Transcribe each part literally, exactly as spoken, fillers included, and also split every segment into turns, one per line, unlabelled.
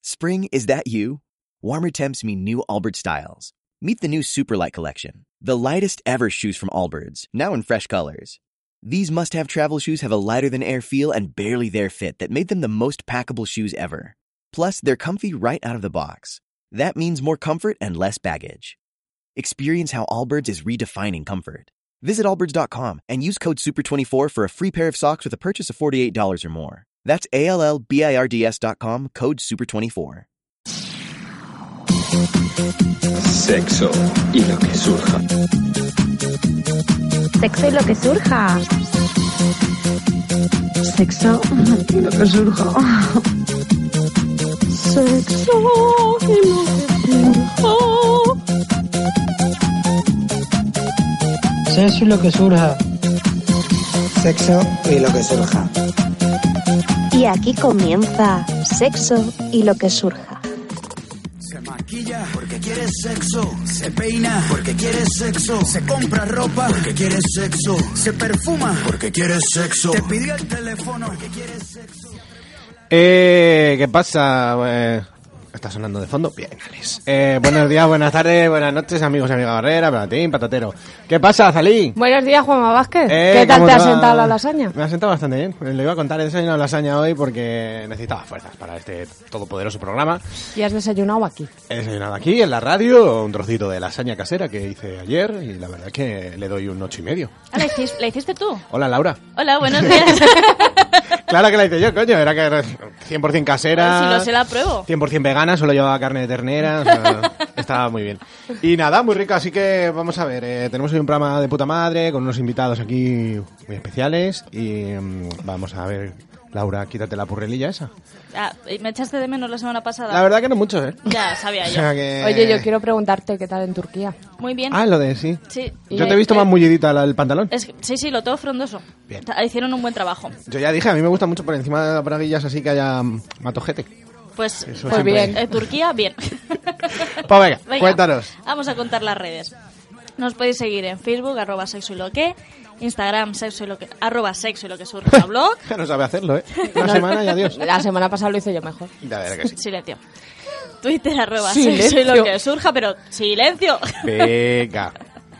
Spring, is that you? Warmer temps mean new Allbirds styles. Meet the new Superlight collection, the lightest ever shoes from Allbirds, now in fresh colors. These must-have travel shoes have a lighter-than-air feel and barely-there fit that made them the most packable shoes ever. Plus, they're comfy right out of the box. That means more comfort and less baggage. Experience how Allbirds is redefining comfort. Visit allbirds dot com and use code super twenty-four for a free pair of socks with a purchase of forty-eight dollars or more. That's A L L B I R D S dot com, code super twenty-four.
Sexo y lo que surja.
Sexo y lo que surja. Sexo y lo que surja. Sexo y lo que surja.
Sexo y lo que surja.
Sexo y lo que surja.
Y aquí comienza Sexo y lo que surja.
Se maquilla porque quiere sexo, se peina porque quiere sexo, se compra ropa porque quiere sexo, se perfuma porque quiere sexo, te pidió el teléfono porque quiere sexo.
Eh, ¿qué pasa? Eh, ¿Está sonando de fondo? Bien, Alex. Eh, buenos días, buenas tardes, buenas noches, amigos y amigas Barrera, patatín, patatero. ¿Qué pasa, Zalí?
Buenos días, Juanma Vázquez.
Eh,
¿Qué tal
¿cómo
te ha
va?
sentado la lasaña?
Me ha sentado bastante bien. Le iba a contar, he desayunado lasaña hoy porque necesitaba fuerzas para este todopoderoso programa.
¿Y has desayunado aquí?
He desayunado aquí, en la radio, un trocito de lasaña casera que hice ayer y la verdad es que le doy un ocho y medio.
Ah, ¿la hiciste, ¿la hiciste tú?
Hola, Laura.
Hola, buenos días.
Claro que la hice yo, coño. Era que era cien por ciento casera.
Si lo sé, la pruebo.
cien por ciento vegana, solo llevaba carne de ternera. O sea, estaba muy bien. Y nada, muy rica. Así que vamos a ver. Eh, tenemos hoy un programa de puta madre con unos invitados aquí muy especiales. Y um, vamos a ver. Laura, quítate la purrelilla esa.
Ah, ¿me echaste de menos la semana pasada?
La verdad que no mucho, ¿eh?
Ya, sabía yo.
O sea que...
Oye, yo quiero preguntarte qué tal en Turquía.
Muy bien.
Ah, lo de sí.
Sí.
Yo te he visto
Eh,
más mullidita la- el pantalón.
Es que- sí, sí, lo tengo frondoso.
Bien.
Ta- Hicieron un buen trabajo.
Yo ya dije, a mí me gusta mucho por encima de las braguillas así que haya mm, matojete.
Pues,
Eso
pues
siempre.
bien. Eh, Turquía, bien.
Pues venga,
Venga,
cuéntanos.
Vamos a contar las redes. Nos podéis seguir en Facebook, arroba sexo y lo que, Instagram, sexo y lo que, arroba sexo y lo que surja blog.
No sabe hacerlo, ¿eh? Una semana y adiós.
La semana pasada lo hice yo mejor.
La verdad que sí.
Silencio. Twitter, arroba
Silencio.
sexo y lo que surja, pero silencio.
Venga.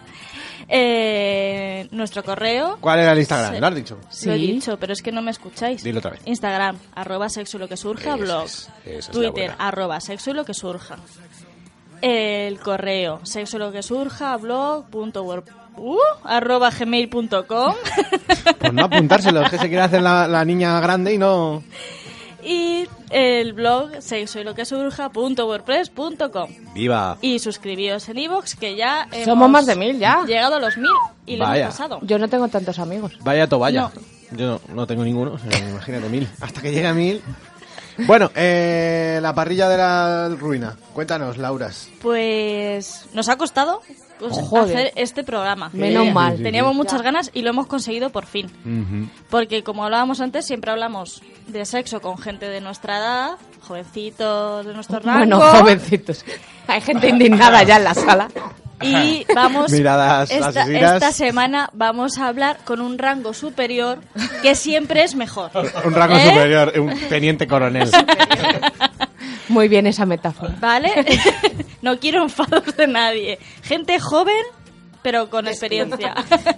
Eh, nuestro correo.
¿Cuál era el Instagram?
Sí.
¿Lo has dicho?
Lo he
Sí.
dicho, pero es que no me escucháis.
Dilo otra vez.
Instagram, arroba sexo y lo que surja,
Eso
blog.
es, esa es la
Twitter,
buena.
arroba sexo y lo que surja. El correo, sexo y lo que surja, blog, punto word, uh, arroba gmail punto com.
Por no apuntárselo, es que se quiere hacer la, la niña grande y no...
Y el blog, sexo y lo que surja, punto wordpress punto com.
¡Viva!
Y suscribíos en iVoox, que ya hemos
Somos más de mil ya.
llegado a los mil y lo
Vaya.
hemos pasado.
Yo no tengo tantos amigos.
Vaya toballa.
No.
Yo no, no tengo ninguno, o sea, imagínate mil. Hasta que llegue a mil... Bueno, eh, la parrilla de la ruina. Cuéntanos, Lauras.
Pues nos ha costado pues,
Oh, joder.
hacer este programa.
Menos
Eh,
mal.
Teníamos
Sí, sí.
muchas
Ya.
ganas y lo hemos conseguido por fin. Porque como hablábamos antes, siempre hablamos de sexo con gente de nuestra edad, jovencitos de nuestro rango.
Bueno, jovencitos. Hay gente indignada ya en la sala.
Y vamos,
Miradas
esta,
asesinas.
esta semana vamos a hablar con un rango superior que siempre es mejor.
Un rango
¿Eh?
superior, un teniente coronel.
Muy bien esa metáfora.
¿Vale? No quiero enfados de nadie. Gente joven, pero con experiencia.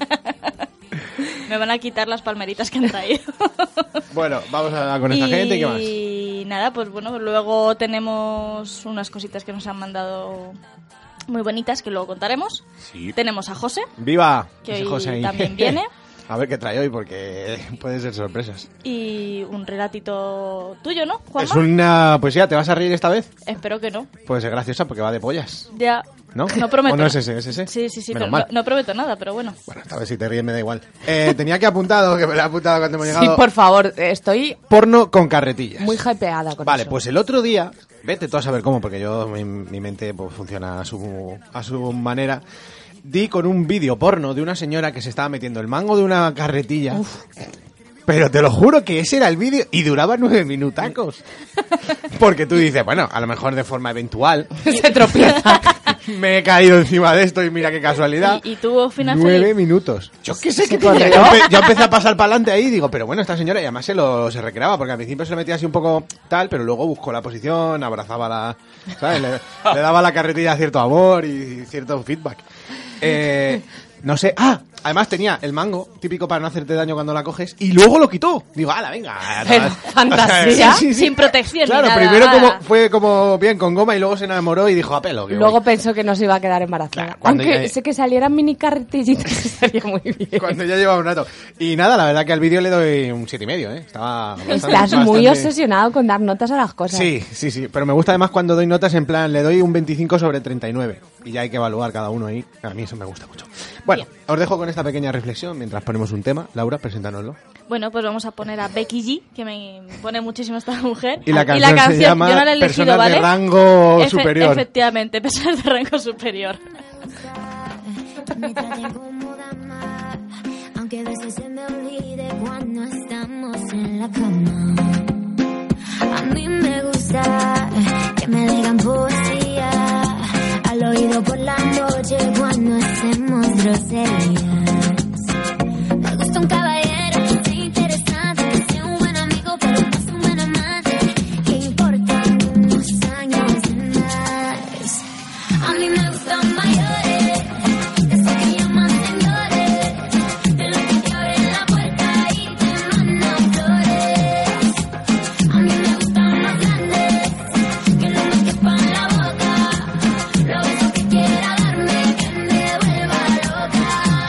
Me van a quitar las palmeritas que han traído.
Bueno, vamos a con esta gente, ¿qué más?
Y nada, pues bueno, luego tenemos unas cositas que nos han mandado muy bonitas que luego contaremos.
Sí.
Tenemos a José,
¡Viva!
que
Ese
hoy
José ahí.
también viene.
A ver qué trae hoy, porque pueden ser sorpresas.
Y un relatito tuyo, ¿no, Juanma?
Es una poesía, ¿te vas a reír esta vez?
Espero que no.
Puede ser graciosa porque va de pollas,
Ya.
¿no?
No prometo.
¿O no es ese, es ese?
Sí, sí, sí,
Menos
pero
mal.
no, no prometo nada, pero bueno.
Bueno, esta vez si te ríes me da igual. Eh, tenía que apuntado, que me lo he apuntado cuando hemos
Sí,
llegado.
por favor, estoy
Porno con carretillas.
muy hypeada con
Vale,
eso.
pues el otro día, vete tú a saber cómo, porque yo, mi, mi mente pues, funciona a su, a su manera. Di con un vídeo porno de una señora que se estaba metiendo el mango de una carretilla. Pero te lo juro que ese era el vídeo y duraba nueve minutacos. Porque tú dices, bueno, a lo mejor de forma eventual.
Se tropieza.
Me he caído encima de esto y mira qué casualidad.
¿Y, y tuvo final
Nueve
feliz?
minutos. Yo qué sé qué
corrió.
tenía. Yo, empe- yo empecé a pasar para adelante ahí y digo, pero bueno, esta señora, y además se lo se recreaba, porque al principio se lo metía así un poco tal, pero luego buscó la posición, abrazaba la. ¿Sabes? Le, le daba a la carretilla cierto amor y cierto feedback. Eh. No sé, ah, además tenía el mango, típico para no hacerte daño cuando la coges, y luego lo quitó. Digo, ala, venga.
Pero, fantasía.
Sin protección
Claro,
ni nada.
primero
nada.
como, fue como bien con goma y luego se enamoró y dijo, a pelo. Que
Luego
voy".
pensó que no se iba a quedar embarazada.
Claro, cuando
Aunque
ya-
sé que salieran mini carretillitas estaría muy bien.
Cuando ya lleva un rato. Y nada, la verdad que al vídeo le doy un siete y medio, ¿eh? Estaba bastante,
Estás muy
bastante-
obsesionado con dar notas a las cosas.
Sí, sí, sí. Pero me gusta además cuando doy notas en plan, le doy un veinticinco sobre treinta y nueve. Y ya hay que evaluar cada uno ahí. A mí eso me gusta mucho. Bueno, os dejo con esta pequeña reflexión mientras ponemos un tema. Laura, preséntanoslo.
Bueno, pues vamos a poner a Becky G, que me pone muchísimo esta mujer.
Y la canción se llama
yo no la he elegido,
Personas
¿vale?
de rango
Efe-
superior.
Efectivamente, personas de rango superior.
Me trata incómoda más, aunque a veces se me olvide cuando estamos en la cama. A mí me gusta que me digan poesía al oído por la noche cuando hacemos groserías. Me gusta un caballero que sea interesante, que sea un buen amigo, pero no es un buen amante. Que importan unos años de más. A mí me gustan mayores, de esos que llaman señores, de los que te abren la puerta y te mandan flores. A mí me gustan más grandes, que no me quepan la boca. Los besos que quiera darme, que me vuelva loca.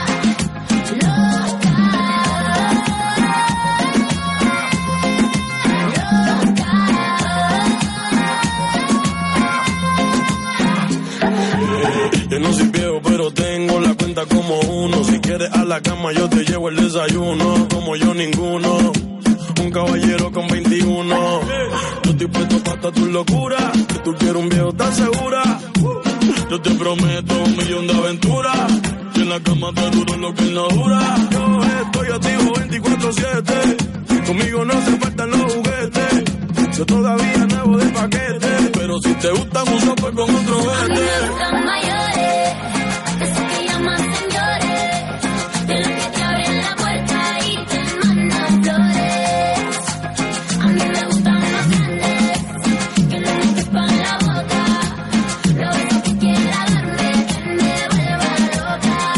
Yo no soy viejo, pero tengo la cuenta como uno. Si quieres a la cama, yo te llevo el desayuno. Como yo, ninguno. Un caballero con veintiuno. Yo estoy puesto para tu locura. Que tú quieres un viejo, ¿estás segura? Yo te prometo un millón de aventuras. Que en la cama te duro lo que él no dura. Yo estoy activo veinticuatro siete. Conmigo no se faltan los juguetes. Yo todavía nuevo de paquete. Pero si te gustan mucho, pues con otro
A mí
vete.
me gustan mayores, de esos que llaman señores, de los que te abren la puerta y te mandan flores. A mí me gustan más grandes, que no me quepan la boca. Los besos que quiera darme, que me vuelva loca.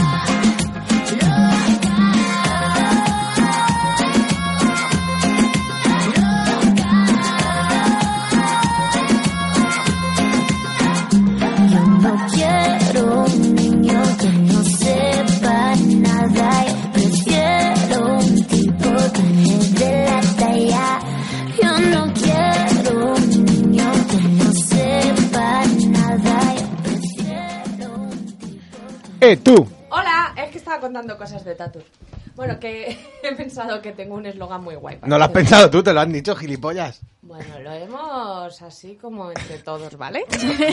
Yo no quiero un niño que no sepa nada. Yo prefiero un tipo que me dé la talla. Yo no quiero un niño que no sepa nada. Yo prefiero un tipo.
¡Eh, tú!
Hola, es que estaba contando cosas de Tatur. Bueno, que he pensado que tengo un eslogan muy guay. para
No lo has
hacer.
pensado tú, te lo han dicho, gilipollas.
Bueno, lo hemos así como entre todos, ¿vale?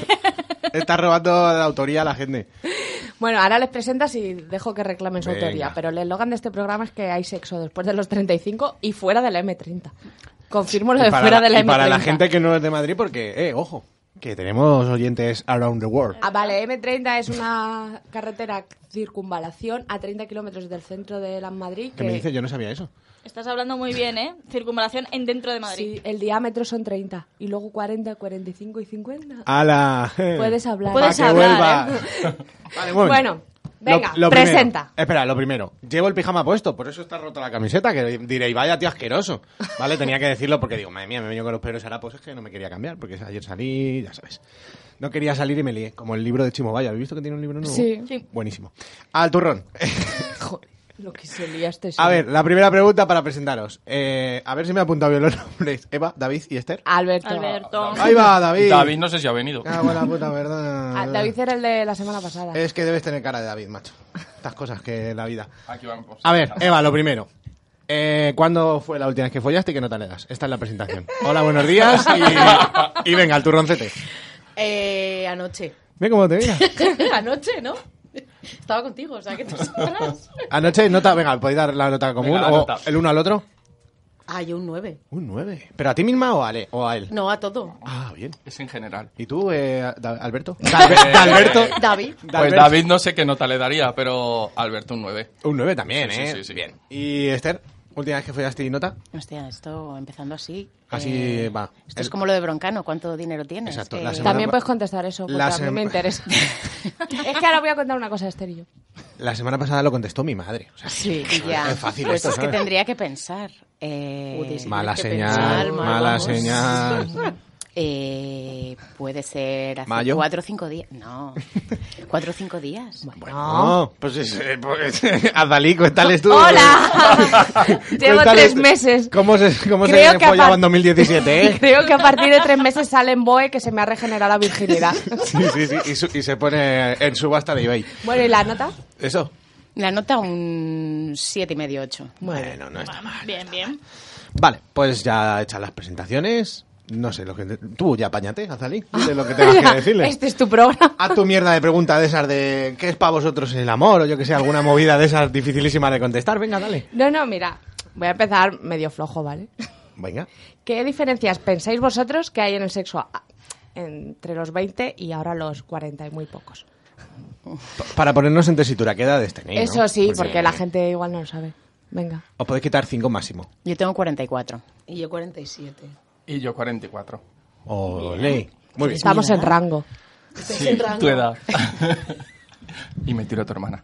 Estás robando la autoría a la gente.
Bueno, ahora les presentas y dejo que reclamen su
Venga.
autoría. Pero el eslogan de este programa es que hay sexo después de los treinta y cinco y fuera de la eme treinta. Confirmo lo
Y
de
para
fuera
la-
de la
y
eme treinta.
para la gente que no es de Madrid, porque, eh, ojo, que tenemos oyentes around the world.
Ah, vale, eme treinta es una carretera circunvalación a treinta kilómetros del centro de la Madrid.
¿Qué me dices? Yo no sabía eso.
Estás hablando muy bien, ¿eh? Circunvalación en dentro de Madrid.
Sí, el diámetro son treinta. Y luego cuarenta, cuarenta y cinco y cincuenta.
¡Hala!
Puedes hablar.
Puedes
Pa' que
hablar,
vuelva.
¿eh?
Vale, un momento.
Bueno, venga,
primero.
presenta.
Espera, lo primero. Llevo el pijama puesto, por eso está rota la camiseta, que diréis, vaya tío asqueroso. Vale, tenía que decirlo porque digo, madre mía, me he venido con los peores harapos, es que no me quería cambiar, porque ayer salí, ya sabes. No quería salir y me lié, como el libro de Chimo Vaya. ¿Habéis visto que tiene un libro nuevo?
Sí.
Sí.
Buenísimo. Al turrón.
Joder, lo que se lía este
A
señor.
ver, la primera pregunta para presentaros. Eh, a ver si me he apuntado bien los nombres. Eva, David y Esther.
Alberto.
Alberto.
Ahí va, David.
David no sé si ha venido.
Ah, buena puta, verdad.
Ah, David era el de la semana pasada.
Es que debes tener cara de David, macho. Estas cosas que en la vida.
Aquí vamos.
A ver, Eva, lo primero. Eh, ¿Cuándo fue la última vez que follaste y qué nota le das? Esta es la presentación. Hola, buenos días y, y venga, al turroncete.
Eh, anoche.
Ve cómo te mira.
Anoche, ¿no? Estaba contigo, o sea que tú sabrás.
Anoche, nota, venga, podéis dar la nota común
Venga, la
o
nota.
el uno al otro.
Ah, yo un nueve.
Un nueve. ¿Pero a ti misma o a, Ale, o a él?
No, a todo.
Ah, bien.
Es en general.
¿Y tú, eh, Da- Alberto?
Eh,
Alberto.
David.
Pues David no sé qué nota le daría, pero Alberto un nueve.
Un nueve también,
Sí, sí,
¿eh?
sí, sí.
Bien. ¿Y Esther? ¿Última vez que follaste y nota?
Hostia, esto empezando así.
Así
eh,
va.
Esto
El-
es como lo de Broncano, ¿cuánto dinero tienes?
Exacto,
Eh,
la semana
También
pa-
puedes contestar eso, porque
La
a mí
sem-
me interesa. Es que ahora voy a contar una cosa de Esther y yo.
La semana pasada lo contestó mi madre. O sea,
Sí,
es
ya.
Es fácil
Pues
esto,
es que
¿sabes?
tendría que pensar. Eh,
Joder, sí.
Mala
tienes que
señal,
pensar, mal,
mala
vamos.
señal.
eh, puede ser hace
¿Mayo?
cuatro o cinco días. No, cuatro o cinco días.
No, pues, es, eh, pues Azalí, cuéntales tú.
¡Hola! Llevo
Cuéntales
tres meses.
¿Cómo se, cómo se
Creo que a
follaba
par-
en dos mil diecisiete, eh?
Creo que a partir de tres meses sale en Boe que se me ha regenerado la virginidad.
Sí, sí, sí. Y, su- y se pone en subasta de eBay.
Bueno, ¿y la nota?
Eso.
La nota un siete y medio, ocho.
Bueno, no está mal.
Bien, bien.
Vale, pues ya hechas las presentaciones. No sé, lo que tú ya apáñate, Azalí, de lo que tengas que decirle.
Este es tu programa.
Haz tu mierda de pregunta de esas de ¿qué es para vosotros el amor? O yo que sé, alguna movida de esas dificilísimas de contestar. Venga, dale.
No, no, mira. Voy a empezar medio flojo, ¿vale?
Venga.
¿Qué diferencias pensáis vosotros que hay en el sexo a- entre los veinte y ahora los cuarenta y muy pocos?
Pa- Para ponernos en tesitura, ¿qué edades tenéis?
Eso
no?
sí, porque la gente igual no lo sabe. Venga.
Os podéis quitar cinco máximo.
Yo tengo cuarenta y cuatro.
Y yo cuarenta y siete.
Y yo cuarenta y cuatro.
Olé. Muy bien.
Estamos en rango.
Sí, tu edad. Y me tiro a tu hermana.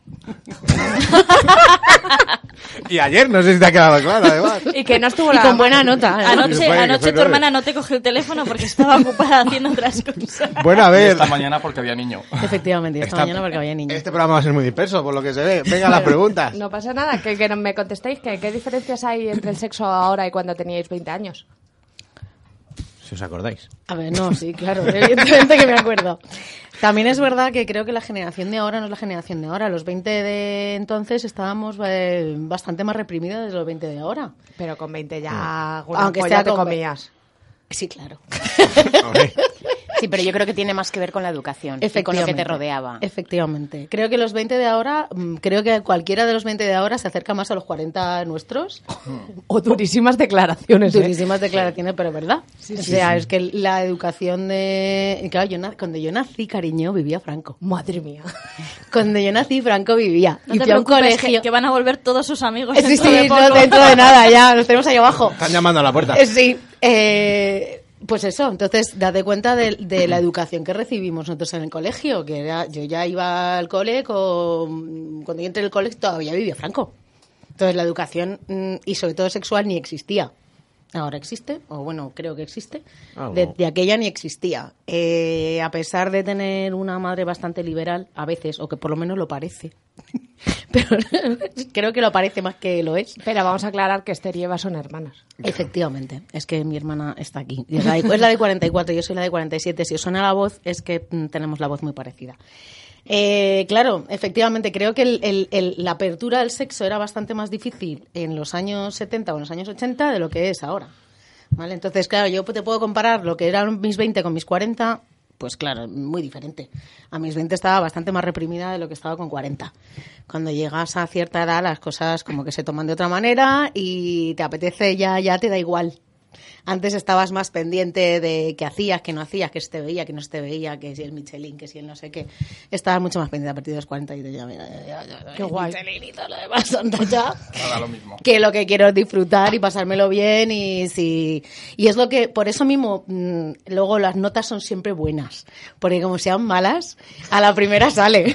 Y ayer, no sé si te ha quedado claro, además.
Y que no estuvo
Y
la...
con buena nota.
Anoche,
Fue- que
anoche
fue
tu
nueve.
hermana no te cogió el teléfono porque estaba ocupada haciendo otras cosas.
Bueno, a
Y
ver.
esta mañana porque había niño.
Efectivamente, esta
Esta-
mañana porque había niños.
Este programa va a ser muy disperso, por lo que se ve. Venga, las preguntas.
No pasa nada, que, que no me contestéis. Que, ¿Qué diferencias hay entre el sexo ahora y cuando teníais veinte años?
Si os acordáis.
A ver, no, sí, claro, evidentemente que me acuerdo. También es verdad que creo que la generación de ahora no es la generación de ahora. Los veinte de entonces estábamos eh, bastante más reprimidos de los veinte de ahora.
Pero con veinte ya... alguna
Aunque
polla
sea
te
con-
comías.
Sí, claro.
Hombre.
Sí, pero yo creo que tiene más que ver con la educación y con lo que te rodeaba.
Efectivamente. Creo que los veinte de ahora, mm, creo que cualquiera de los veinte de ahora se acerca más a los cuarenta nuestros.
O durísimas declaraciones, ¿eh?
Durísimas declaraciones, pero verdad.
Sí,
o
sí,
sea,
sí.
es que la educación de... Claro, yo na- cuando yo nací, cariño, vivía Franco.
Madre mía.
Cuando yo nací, Franco vivía.
No
y
te
fui a un
preocupes,
colegio...
que, que van a volver todos sus amigos.
Sí,
dentro
sí,
de
no,
poco.
dentro de nada, ya, los tenemos ahí abajo.
Están llamando a la puerta.
Eh, Sí, eh, pues eso, entonces date cuenta de, de la educación que recibimos nosotros en el colegio, que era, yo ya iba al cole con, cuando yo entré al cole todavía vivía Franco. Entonces la educación mm, y sobre todo sexual ni existía. Ahora existe, o bueno, creo que existe.
Ah,
De,
bueno.
de aquella ni existía. Eh, a pesar de tener una madre bastante liberal, a veces, o que por lo menos lo parece. Pero creo que lo parece más que lo es.
Pero vamos a aclarar que Esther y Eva son hermanas.
Efectivamente, es que mi hermana está aquí. Es la, de, es la de cuarenta y cuatro, yo soy la de cuarenta y siete. Si os suena la voz, es que mm, tenemos la voz muy parecida. Eh, claro, efectivamente, creo que el- el- el- la apertura al sexo era bastante más difícil en los años setenta o en los años ochenta de lo que es ahora. ¿Vale? Entonces, claro, yo te puedo comparar lo que eran mis veinte con mis cuarenta, pues claro, muy diferente. A mis veinte estaba bastante más reprimida de lo que estaba con cuarenta. Cuando llegas a cierta edad, las cosas como que se toman de otra manera y te apetece, ya, ya te da igual. Antes estabas más pendiente de qué hacías, qué no hacías, qué se te veía, qué no se te veía, que si el Michelin, que si el no sé qué. Estabas mucho más pendiente a partir de los cuarenta y te ya, mira, ya, ya, ya,
Qué
el
guay.
Michelin y todo lo demás, anda ya.
Nada, lo mismo.
Que lo que quiero es disfrutar y pasármelo bien y si y es lo que por eso mismo mm, luego las notas son siempre buenas, porque como sean malas a la primera sale.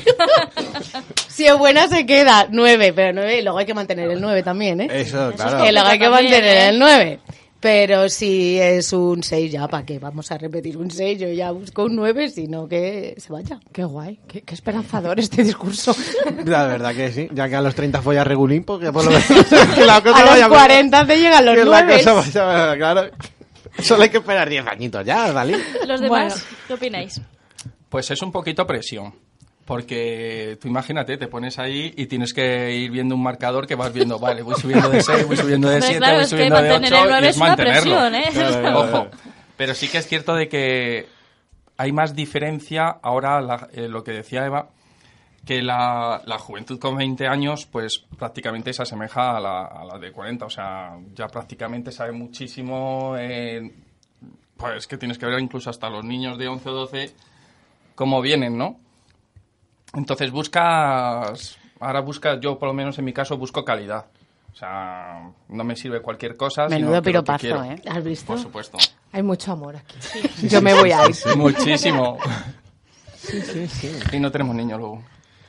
Si es buena se queda nueve, pero nueve y luego hay que mantener el nueve también, ¿eh?
Eso, claro.
Que luego hay que
También,
mantener
¿eh?
el nueve. Pero si es un seis ya, ¿para qué? Vamos a repetir un seis, yo ya busco un nueve, sino que se vaya.
Qué guay, qué, qué esperanzador este discurso.
La verdad que sí, ya que a los treinta follas regulín, porque por lo menos que la cosa
A los
vaya-
cuarenta te llegan los
que la
nueve.
cosa vaya- claro. Solo hay que esperar diez añitos ya, ¿vale?
Los demás,
Bueno.
¿qué opináis?
Pues es un poquito presión. Porque tú imagínate, te pones ahí y tienes que ir viendo un marcador que vas viendo, vale, voy subiendo de seis, voy subiendo de
Hombre,
siete,
claro,
voy
es que
subiendo de
mantener
ocho
el nueve
y
es
es
una
mantenerlo.
presión, ¿eh?
Claro.
Ojo. Pero sí que es cierto de que hay más diferencia ahora, la- eh, lo que decía Eva, que la, la juventud con veinte años pues prácticamente se asemeja a la, a la de cuarenta, o sea, ya prácticamente sabe muchísimo, eh, pues que tienes que ver incluso hasta los niños de once o doce cómo vienen, ¿no? Entonces buscas, ahora buscas, yo por lo menos en mi caso busco calidad, o sea, no me sirve cualquier cosa.
Menudo
sino
piropazo,
que lo que
¿eh? ¿Has visto?
Por supuesto.
Hay mucho amor aquí. Sí. Yo me voy a ir.
Muchísimo.
Sí, sí, sí.
Y no tenemos niños luego.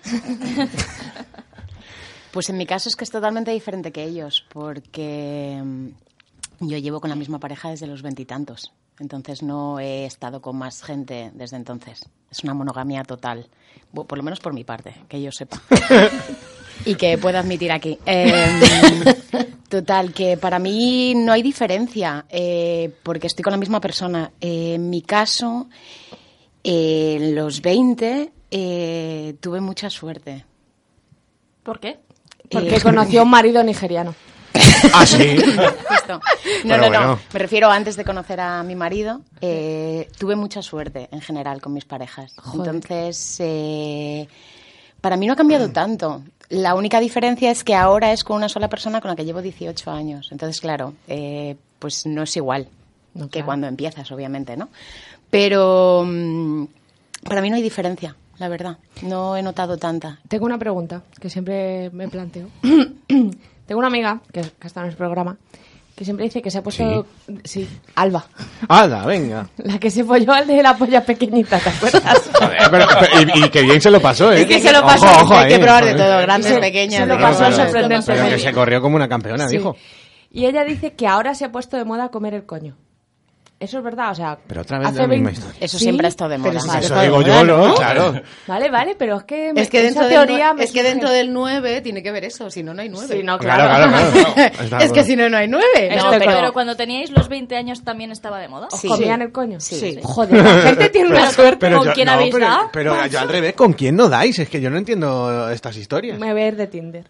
Pues en mi caso es que es totalmente diferente que ellos, porque yo llevo con la misma pareja desde los veintitantos, entonces no he estado con más gente desde entonces. Es una monogamia total, por lo menos por mi parte, que yo sepa. Y que puedo admitir aquí. Eh, total, que para mí no hay diferencia, eh, porque estoy con la misma persona. Eh, en mi caso, eh, en los veinte eh, tuve mucha suerte.
¿Por qué?
Porque
Eh,
conoció a un marido nigeriano.
Ah, sí.
Justo. No,
Pero
no,
bueno.
no. Me refiero antes de conocer a mi marido. Eh, tuve mucha suerte en general con mis parejas.
Joder.
Entonces, eh, para mí no ha cambiado tanto. La única diferencia es que ahora es con una sola persona con la que llevo dieciocho años. Entonces, claro, eh, pues no es igual
No,
que
claro.
cuando empiezas, obviamente, ¿no? Pero mm, para mí no hay diferencia, la verdad. No he notado tanta.
Tengo una pregunta que siempre me planteo. Tengo una amiga que, que está en el programa que siempre dice que se ha puesto... Sí, Alba.
¡Hala, venga!
La que se folló al de la polla pequeñita, ¿te acuerdas?
Joder, pero, pero- y, y que bien se lo pasó, ¿eh?
Y que se lo pasó.
Ojo, ojo
Hay que
ahí,
probar de
joder.
todo, grandes,
Se-
pequeñas.
se lo
de
pasó
todo.
Pero-
sorprendentemente.
Pero que se corrió como una campeona,
Sí.
dijo.
Y ella dice que ahora se ha puesto de moda comer el coño. Eso es verdad, o sea...
Pero otra vez
hace
la misma
veinte
historia.
Eso
Sí,
siempre ha estado de
pero
moda.
sí,
Vale.
Eso
está de
digo
moda,
yo, ¿no? Claro.
Vale, vale, pero es que...
Es que,
esa
dentro del,
teoría
nue-
me
es que
surge.
dentro del nueve tiene que ver eso, si no, no hay nueve.
Sí, no,
Claro,
claro.
claro, claro. Está
Es
bueno.
que si no, no hay nueve.
Pero,
No, pero,
pero cuando teníais los veinte años también estaba de moda.
¿Os
Sí.
comían el coño?
Sí, sí.
Joder, la gente tiene una suerte.
¿Con
yo-
quién
no,
habéis
pero,
dado?
Pero yo al revés, ¿con quién no dais? Es que yo no entiendo estas historias.
Me ver de Tinder.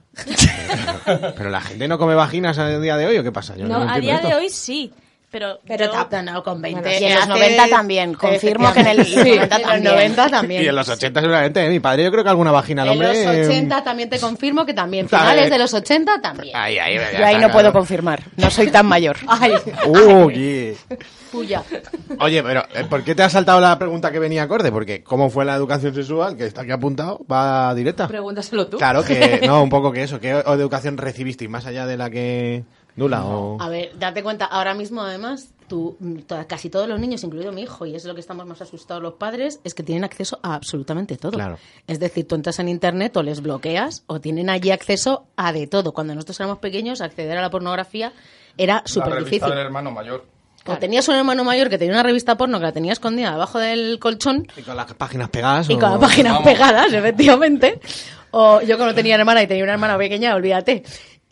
Pero la gente no come vaginas a día de hoy, ¿o qué pasa? Yo
No,
no
a
entiendo
día
esto.
de hoy sí. Pero,
Pero
yo-
ta- no, con veinte.
Bueno,
y en los hace- noventa también. Confirmo que en el
Sí,
noventa
en los
también.
noventa
también.
Y en los ochenta seguramente, ¿eh? Mi padre yo creo que alguna vagina al
En
hombre...
los
eh,
ochenta también te confirmo que también.
Vale.
Finales de los ochenta también.
Ahí, ahí, ya
Yo ahí
está,
no puedo
claro.
confirmar. No soy tan mayor.
Ay,
Uy.
Puya.
Oye, pero eh, ¿por qué te has saltado la pregunta que venía acorde? Porque ¿cómo fue la educación sexual? Que está aquí apuntado, va directa.
pregúntaselo tú.
Claro que, no, un poco que eso. ¿Qué o- educación recibisteis más allá de la que nula? O...
A ver, date cuenta, ahora mismo además, tú, mm, to- casi todos los niños, incluido mi hijo, y es lo que estamos más asustados los padres, es que tienen acceso a absolutamente todo.
Claro.
Es decir, tú entras en internet o les bloqueas o tienen allí acceso a de todo. Cuando nosotros éramos pequeños, acceder a la pornografía era
La
súper
revista
difícil.
del hermano mayor.
O tenías un hermano mayor que tenía una revista porno que la tenía escondida debajo del colchón
Y con las páginas pegadas.
y
o-
con las páginas
Vamos.
pegadas, efectivamente. O yo como tenía hermana y tenía una hermana pequeña, olvídate.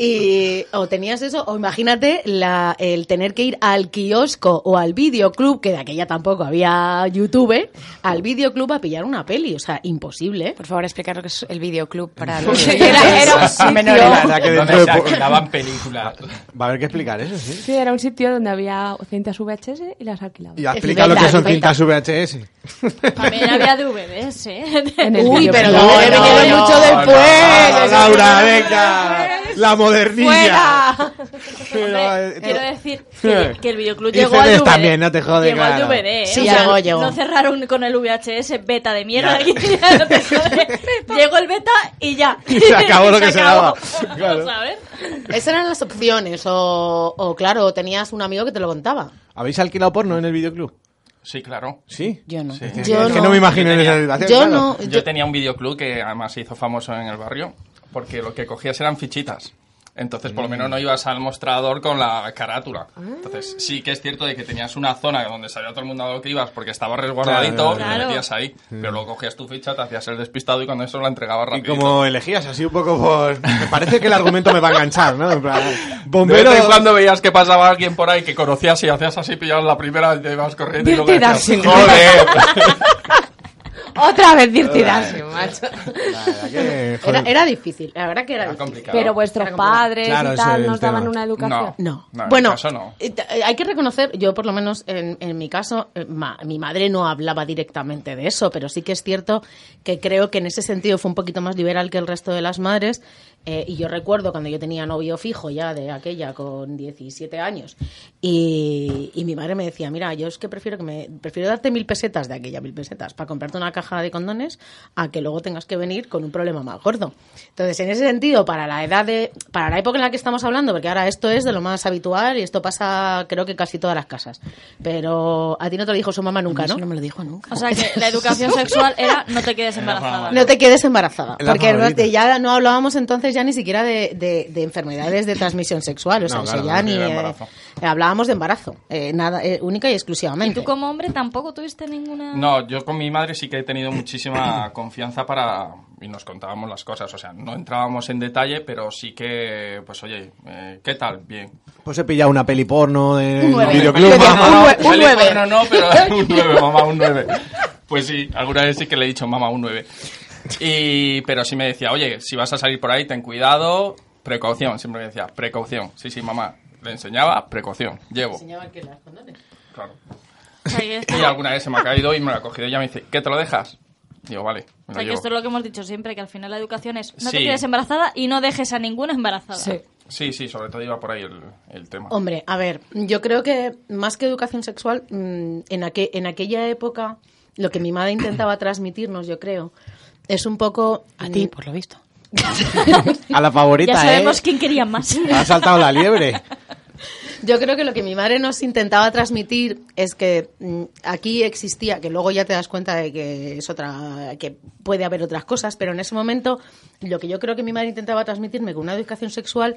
Y o tenías eso, o imagínate la, el tener que ir al kiosco o al videoclub, que de aquella tampoco había YouTube, al videoclub a pillar una peli. O sea, imposible.
Por favor, explicar lo que es el videoclub para los
Era, era un sitio,
menores.
La verdad que dentro
Donde
de
se
po-
alquilaban películas.
Va a haber que explicar eso, sí.
sí, era un sitio donde había cintas V H S y las alquilaba.
Y explica lo que
verdad,
son
es verdad.
cintas V H S.
También había D V Ds, ¿eh?
En el
Uy,
videoclub.
pero
No,
no,
no,
viene
no,
mucho
no,
después.
no,
Eso
Laura,
no.
venga. La modernilla.
¡Fuera!
Pero, eh,
Hombre, quiero decir que, que el videoclub
Y
llegó
C Ds
al D V D.
también, no te jode,
Llegó al
claro.
D V D, ¿eh?
Sí,
O sea,
llegó, llegó.
No cerraron con el V H S beta de mierda.
Ya.
que ya no te jode. Llegó el beta y ya.
Y se acabó lo que se
acabó.
daba. Claro.
Vamos a ver.
Esas eran las opciones. O, o claro, tenías un amigo que te lo contaba.
¿Habéis alquilado porno en el videoclub?
Sí, claro.
Sí.
Yo no.
Sí.
Es
Yo
que
no.
no me imagino en
Yo
esa
tenía-
situación.
Yo
claro.
no.
Yo,
Yo-
tenía un videoclub que además se hizo famoso en el barrio porque lo que cogías eran fichitas. Entonces, por lo menos no ibas al mostrador con la carátula. Entonces, sí que es cierto de que tenías una zona donde sabía todo el mundo a lo que ibas porque estaba resguardadito
Claro,
y
claro.
te metías ahí. Pero luego cogías tu ficha, te hacías el despistado y cuando eso la entregabas
Y
rápido.
como elegías así un poco por... Me parece que el argumento me va a enganchar, ¿no? En plan,
De
bombero...
vez en cuando veías que pasaba alguien por ahí que conocías y hacías así, pillabas la primera y te ibas corriendo y luego
Dirty
decías,
Dancing.
¡joder!
Otra vez Dirty Dancing. macho.
Que,
Era, era difícil, la verdad que era,
Era
difícil.
complicado.
Pero vuestros
Era complicado.
padres
Claro,
y
ese
tal
es el
nos daban
tema.
una educación.
No.
No.
en
Bueno,
mi caso no.
eh, hay que reconocer, yo por lo menos en, en mi caso, eh, ma- mi madre no hablaba directamente de eso, pero sí que es cierto que creo que en ese sentido fue un poquito más liberal que el resto de las madres. Eh, y yo recuerdo cuando yo tenía novio fijo ya de aquella con diecisiete años y, y mi madre me decía, mira, yo es que prefiero que me prefiero darte mil pesetas de aquella mil pesetas para comprarte una caja de condones a que luego tengas que venir con un problema más gordo. Entonces, en ese sentido, para la edad de para la época en la que estamos hablando, porque ahora esto es de lo más habitual y esto pasa creo que casi todas las casas. Pero a ti no te lo dijo su mamá nunca, ¿no?
Eso no me lo dijo nunca.
O sea que la educación sexual era no te quedes embarazada.
No te quedes embarazada,
La
porque no,
favorita.
ya no hablábamos entonces ya ni siquiera de, de, de enfermedades de transmisión sexual, o sea,
No,
eso
claro,
ya
no,
ni
de
eh,
embarazo.
hablábamos de embarazo, eh, nada, eh, única y
¿Y
exclusivamente.
tú como hombre tampoco tuviste ninguna...?
No, yo con mi madre sí que he tenido muchísima confianza para... Y nos contábamos las cosas, o sea, no entrábamos en detalle, pero sí que, pues oye, eh, ¿qué tal? Bien.
Pues he pillado una peli porno de
Un nueve.
videoclub.
Un
mamá.
nueve.
Un nueve. No, no, pero un nueve, mamá, un nueve. Pues sí, alguna vez sí que le he dicho, mamá, un nueve. Y, pero sí me decía, oye, si vas a salir por ahí, ten cuidado, precaución. Siempre me decía, precaución. Sí, sí, mamá. Le enseñaba, precaución. Llevo. Claro.
O sea, que esto,
Y alguna vez se me ha caído y me lo ha cogido y ella me dice, ¿qué te lo dejas? Digo, vale,
o
me lo
sea, que
llevo.
esto es lo que hemos dicho siempre, que al final la educación es no te
Sí.
quedes embarazada y no dejes a ninguna embarazada.
Sí.
Sí, sí, sobre todo iba por ahí el, el tema.
Hombre, a ver, yo creo que más que educación sexual, mmm, en, aqu- en aquella época, lo que mi madre intentaba transmitirnos, yo creo, es un poco...
A ti, por lo visto.
A la favorita,
Ya sabemos
¿eh?
quién quería más.
Ha saltado la liebre.
Yo creo que lo que mi madre nos intentaba transmitir es que mm, aquí existía, que luego ya te das cuenta de que es otra, que puede haber otras cosas, pero en ese momento lo que yo creo que mi madre intentaba transmitirme con una educación sexual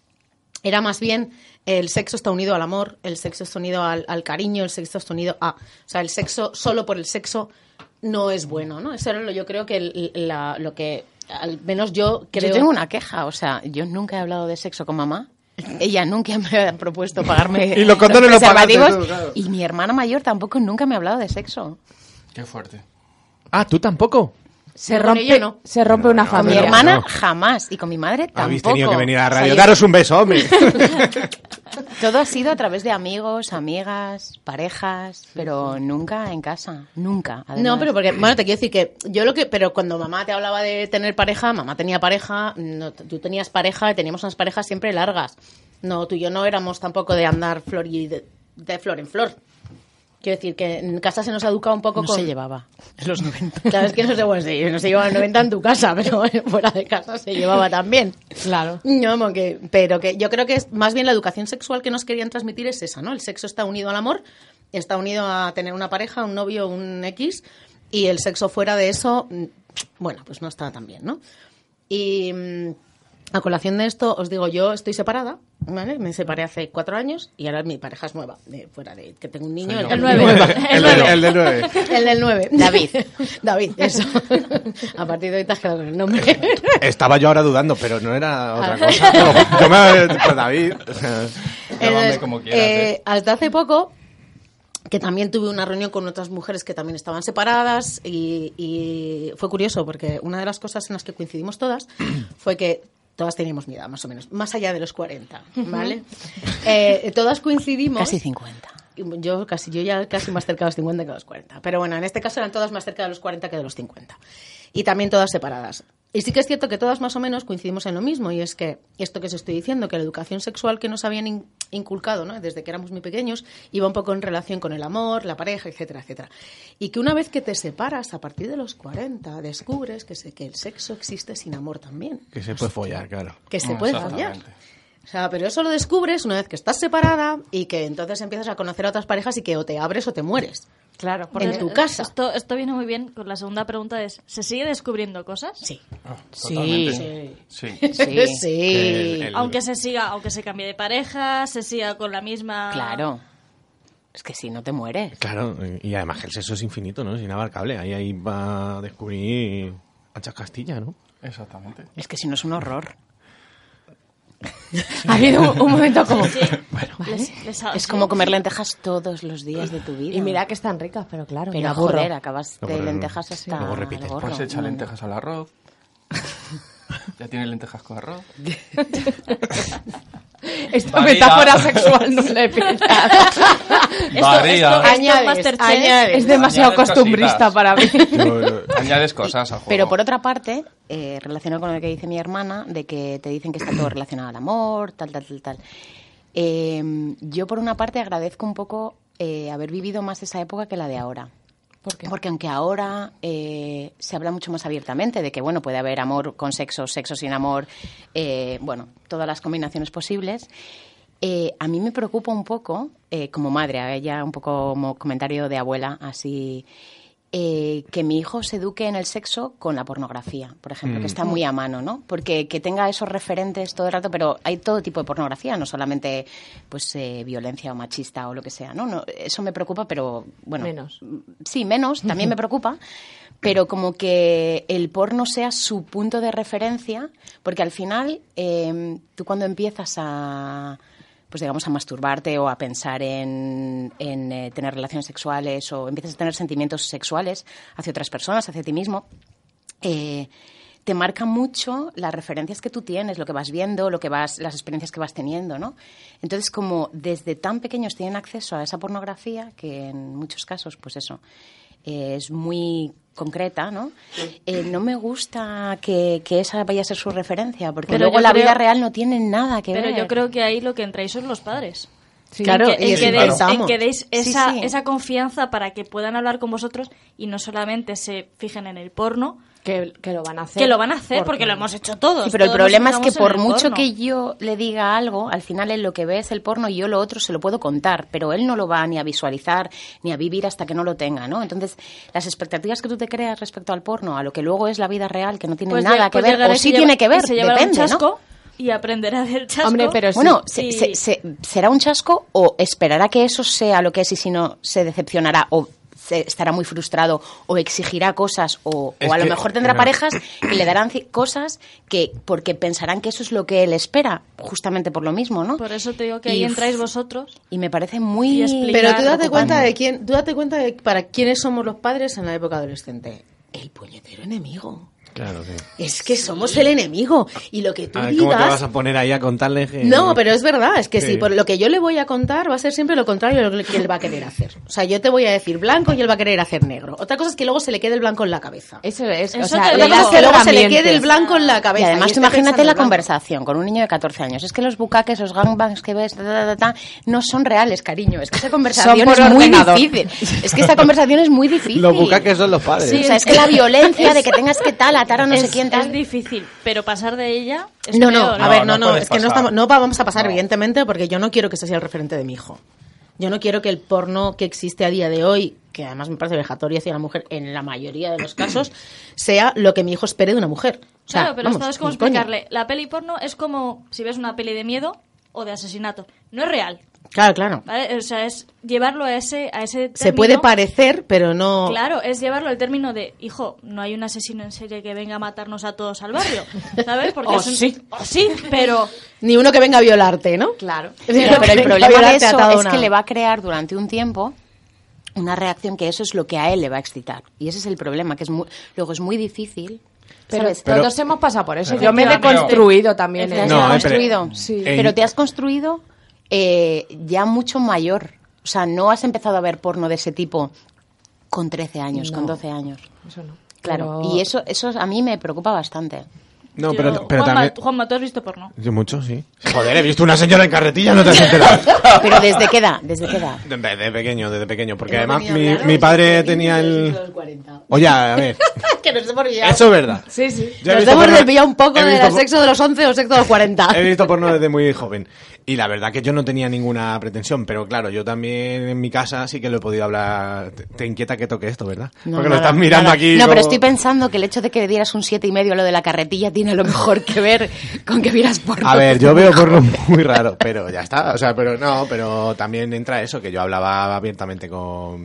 era más bien el sexo está unido al amor, el sexo está unido al, al cariño, el sexo está unido a, o sea, el sexo solo por el sexo no es bueno, ¿no? Eso era lo yo creo que el- la- lo que al menos yo creo.
Yo tengo una queja, o sea, yo nunca he hablado de sexo con mamá. Ella nunca me ha propuesto pagarme
Y los condones los pagaste
preservativos,
tú, claro.
y mi hermana mayor tampoco nunca me ha hablado de sexo.
Qué fuerte.
Ah, ¿tú tampoco?
Se
Con
rompe,
ella no.
se rompe una
Con mi
familia.
hermana
no.
jamás, y con mi madre tampoco.
Habéis tenido que venir a la
O sea,
radio.
yo-
Daros un beso, hombre.
Todo ha sido a través de amigos, amigas, parejas, pero nunca en casa, nunca. además.
No, pero porque, bueno, te quiero decir que yo lo que, pero cuando mamá te hablaba de tener pareja, mamá tenía pareja, no, tú tenías pareja y teníamos unas parejas siempre largas. No, tú y yo no éramos tampoco de andar flor y de, de flor en flor. Quiero decir que en casa se nos ha educado un poco
No
con...
se llevaba en los noventa.
Claro, es que no sé, bueno, sí, no se llevaba en noventa en tu casa, pero bueno, fuera de casa se llevaba también.
Claro.
No, como que, pero que yo creo que es más bien la educación sexual que nos querían transmitir es esa, ¿no? El sexo está unido al amor, está unido a tener una pareja, un novio, un X, y el sexo fuera de eso, mm, bueno, pues no está tan bien, ¿no? Y mm, a colación de esto, os digo, yo estoy separada, ¿vale? Me separé hace cuatro años y ahora mi pareja es nueva, de, fuera de que tengo un niño.
Soy yo.
El
nueve.
El, del- el del nueve.
El del nueve.
David.
David, eso. A partir de hoy te has quedado con el nombre.
Estaba yo ahora dudando, pero no era otra
Ah.
cosa. No, yo me... Pues David... o sea,
Llámame
Entonces,
como quieras,
eh,
¿eh?
hasta hace poco, que también tuve una reunión con otras mujeres que también estaban separadas y, y fue curioso porque una de las cosas en las que coincidimos todas fue que todas teníamos mi edad, más o menos, más allá de los cuarenta, ¿vale? Eh, todas coincidimos...
Casi cincuenta.
Yo casi, yo ya casi más cerca de los cincuenta que de los cuarenta. Pero bueno, en este caso eran todas más cerca de los cuarenta que de los cincuenta. Y también todas separadas. Y sí que es cierto que todas más o menos coincidimos en lo mismo, y es que esto que os estoy diciendo, que la educación sexual que nos habían in- inculcado, ¿no?, desde que éramos muy pequeños, iba un poco en relación con el amor, la pareja, etcétera, etcétera. Y que una vez que te separas, a partir de los cuarenta, descubres que, se, que el sexo existe sin amor también.
que se puede follar, claro.
Que se
Mm,
puede follar.
exactamente.
O sea, pero eso lo descubres una vez que estás separada y que entonces empiezas a conocer a otras parejas y que o te abres o te mueres.
Claro.
En tu casa.
Esto, esto viene muy bien con la segunda pregunta es, ¿se sigue descubriendo cosas?
Sí.
Ah,
Sí.
totalmente. Sí.
Sí.
Sí.
El- el-
Aunque se siga, aunque se cambie de pareja, se siga con la misma...
Claro. Es que si no te mueres.
Claro, y además que el sexo es infinito, ¿no? Es inabarcable. Ahí, ahí va a descubrir Ancha Castilla, ¿no?
Exactamente.
Es que si no es un horror.
Ha habido un, un momento como...
Sí,
bueno, ¿vale?
les- les ha-
Es
sí.
como comer lentejas todos los días de tu vida.
Y mira que están ricas, pero claro, me
Pero
aburro.
joder, acabas
Luego
de
re-
lentejas hasta
Luego
el
repites.
gorro.
Pues echa
No, no.
lentejas al arroz. Ya tienes lentejas con arroz.
Esta
Varía.
metáfora sexual no la he pensado.
Varía.
esto-
Añades,
Masterchef
añades.
Es demasiado
Añades
costumbrista
cositas.
para mí.
Añades cosas al juego.
Pero por otra parte, eh, relacionado con lo que dice mi hermana, de que te dicen que está todo relacionado al amor, tal, tal, tal, tal. Eh, yo por una parte agradezco un poco eh, haber vivido más esa época que la de ahora.
¿Por qué?
Porque aunque ahora eh, se habla mucho más abiertamente de que, bueno, puede haber amor con sexo, sexo sin amor, eh, bueno, todas las combinaciones posibles, eh, a mí me preocupa un poco, eh, como madre, a ella un poco como comentario de abuela, así, eh, que mi hijo se eduque en el sexo con la pornografía, por ejemplo,
Mm.
que está muy a mano, ¿no? Porque que tenga esos referentes todo el rato, pero hay todo tipo de pornografía, no solamente pues eh, violencia o machista o lo que sea, ¿no? no eso me preocupa, pero bueno.
Menos.
Sí, menos, también me preocupa, pero como que el porno sea su punto de referencia, porque al final eh, tú cuando empiezas a pues digamos a masturbarte o a pensar en, en eh, tener relaciones sexuales o empiezas a tener sentimientos sexuales hacia otras personas, hacia ti mismo, eh, te marca mucho las referencias que tú tienes, lo que vas viendo, lo que vas, las experiencias que vas teniendo, ¿no? Entonces, como desde tan pequeños tienen acceso a esa pornografía, que en muchos casos, pues eso, eh, es muy concreta, ¿no? Eh, no me gusta que, que esa vaya a ser su referencia, porque
Pero
luego
yo
la
creo-
vida real no tiene nada que
Pero
ver.
yo creo que ahí lo que entráis son los padres.
Sí. Claro,
en que,
y
en que
eso
deis,
pensamos.
en que deis
Sí,
esa,
sí.
esa confianza para que puedan hablar con vosotros y no solamente se fijen en el porno,
Que, que lo van a hacer.
que lo van a hacer porque,
porque
lo hemos hecho todos.
Sí, pero el
todos nos
problema es que
fijamos en
por
el
mucho
porno.
que yo le diga algo, al final él lo que ve es el porno y yo lo otro se lo puedo contar, pero él no lo va ni a visualizar ni a vivir hasta que no lo tenga, ¿no? Entonces, las expectativas que tú te creas respecto al porno, a lo que luego es la vida real, que no tiene
Pues
nada
lle-
que
pues
ver,
llegará
o
y
sí
se
tiene
lleva-
que ver,
y se llevará
depende,
un chasco
¿no?
y aprenderá del chasco.
Hombre, pero
Bueno,
sí.
se- se- se- ¿será un chasco o esperará que eso sea lo que es y si no se decepcionará o se estará muy frustrado o exigirá cosas o,
Es
o a lo
que,
mejor tendrá
no.
parejas que le darán ci- cosas que porque pensarán que eso es lo que él espera, justamente por lo mismo, ¿no?
Por eso te digo que ahí
Y,
entráis vosotros.
Y me parece muy...
Y explicar-
Pero tú date
preocupante.
cuenta de quién, tú date cuenta de para quiénes somos los padres en la época adolescente. El puñetero enemigo.
Claro, sí.
Es que somos el enemigo. Y lo que tú
A ver, ¿cómo te
digas...
vas a poner ahí a contarle que...
No, pero es verdad, es que
Sí.
sí, por lo que yo le voy a contar va a ser siempre lo contrario de lo que él va a querer hacer. O sea, yo te voy a decir blanco y él va a querer hacer negro. Otra cosa es que luego se le quede el blanco en la cabeza.
Eso es, o
Eso
sea,
te
le
digo.
das
Otra cosa es que luego se le
herramientas.
quede el blanco en la
Y
cabeza.
además, tú
esté
imagínate
pensando
la
en blanco.
conversación con un niño de catorce años. Es que los bucaques, los gangbangs que ves, ta, ta, ta, ta, no son reales, cariño. Es que esa conversación
por
es muy
ordenador.
difícil. Es que esta conversación es muy difícil.
Los bucaques son los padres.
Sí, o sea, es que la violencia de que tengas que tal, atar a no sé
es,
quién
es
tal.
difícil, pero pasar de ella es
No, no,
peor.
a ver, no,
No,
no,
no puedes
es que no,
pasar.
estamos, no vamos a pasar,
No.
evidentemente, porque yo no quiero que ese sea el referente de mi hijo. Yo no quiero que el porno que existe a día de hoy, que además me parece vejatorio hacia la mujer en la mayoría de los casos, sea lo que mi hijo espere de una mujer. O sea,
Claro, pero
vamos,
esto es como
ni coña.
explicarle. La peli porno es como si ves una peli de miedo o de asesinato. No es real,
Claro, claro.
¿vale? O sea, es llevarlo a ese, a ese
Se
término.
puede parecer, pero no...
Claro, es llevarlo al término de, hijo, no hay un asesino en serie que venga a matarnos a todos al barrio, ¿sabes? Porque
O
es un-
sí.
o sí, pero...
Ni uno que venga a violarte, ¿no?
Claro.
Pero, pero el
Venga a
problema de
violarte
eso
atado a
es
una-
que le va a crear durante un tiempo una reacción que eso es lo que a él le va a excitar. Y ese es el problema, que es muy, luego es muy difícil.
Pero
¿sabes?
Pero-
todos hemos pasado por eso.
Pero-
Yo me he
Efectivamente.
deconstruido también.
Te has
¿eh?
No, eh,
construido,
Sí.
eh,
pero te has construido eh, ya mucho mayor. O sea, no has empezado a ver porno de ese tipo con trece años,
No.
con doce años.
Eso no.
Claro,
Pero-
y eso, eso a mí me preocupa bastante.
No,
Yo-
pero, pero
Juanma,
también...
Juanma, ¿tú has visto porno?
Yo mucho, sí. Joder, he visto una señora en carretilla, no te has enterado.
Pero ¿desde qué edad? ¿Desde qué edad?
Desde de pequeño, desde pequeño. Porque
Hemos
además
venido a
mi,
hablar
mi
de
padre
sexo
tenía
de
el...
los cuarenta.
Oye, a ver.
Que nos hemos liado.
Eso es verdad.
Sí, sí.
Yo he
Nos
visto
hemos
porno-
desviado un poco
he
de
visto
la
por-
sexo de los once o sexo de los cuarenta.
He visto porno desde muy joven. Y la verdad que yo no tenía ninguna pretensión. Pero claro, yo también en mi casa sí que lo he podido hablar. Te, te inquieta que toque esto, ¿verdad?
No,
Porque lo
nada,
estás mirando
nada.
aquí.
No,
como-
pero estoy pensando que el hecho de que le dieras un siete y medio a lo de la carretilla tiene a lo mejor que ver con que vieras porno.
A ver, yo veo porno muy raro, pero ya está. O sea, pero no, pero también entra eso, que yo hablaba abiertamente con,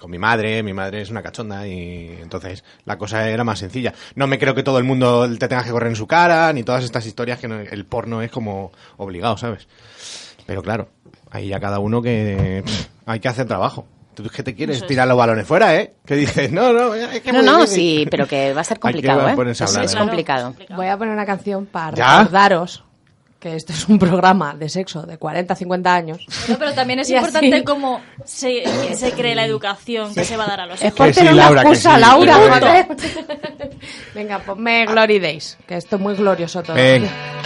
con mi madre, mi madre es una cachonda y entonces la cosa era más sencilla. No me creo que todo el mundo te tenga que correr en su cara, ni todas estas historias que no, el porno es como obligado, ¿sabes? Pero claro, ahí ya cada uno que pff, hay que hacer trabajo. ¿Tú qué te quieres? Tirar los balones fuera, ¿eh? Que dices, no, no, es que
No, no, sí, pero que va a ser complicado, ¿eh?
Es, hablar,
es
¿eh?
complicado.
Voy a poner una canción para
¿Ya?
recordaros que esto es un programa de sexo de cuarenta a cincuenta años.
No, pero también es
Y
importante
así-
cómo se, se cree la educación que se va a dar a los
Es
hijos.
por
Que sí,
tener una
Laura, que
excusa,
sí.
Laura.
Y
joder. Venga, ponme Glory Days, que esto es muy glorioso todo.
Venga.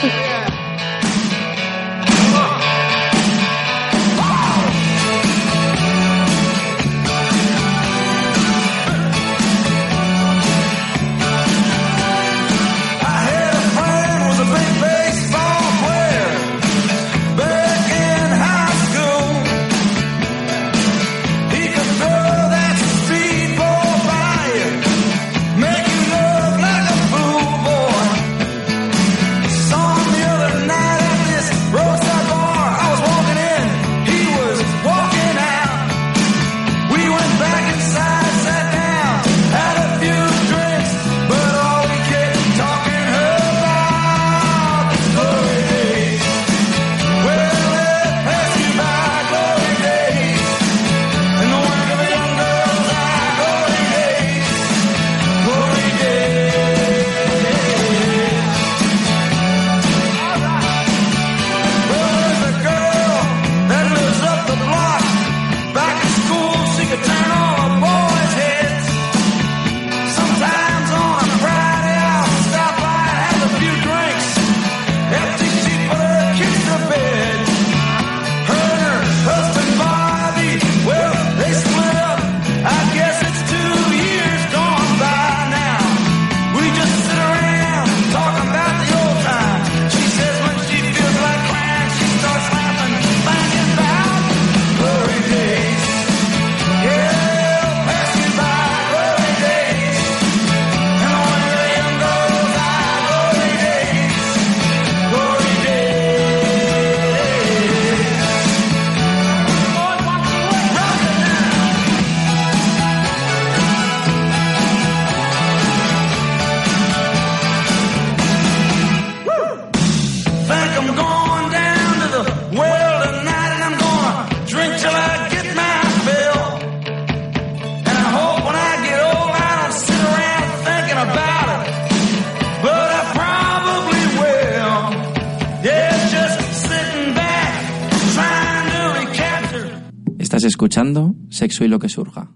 Estás escuchando Sexo y lo que surja.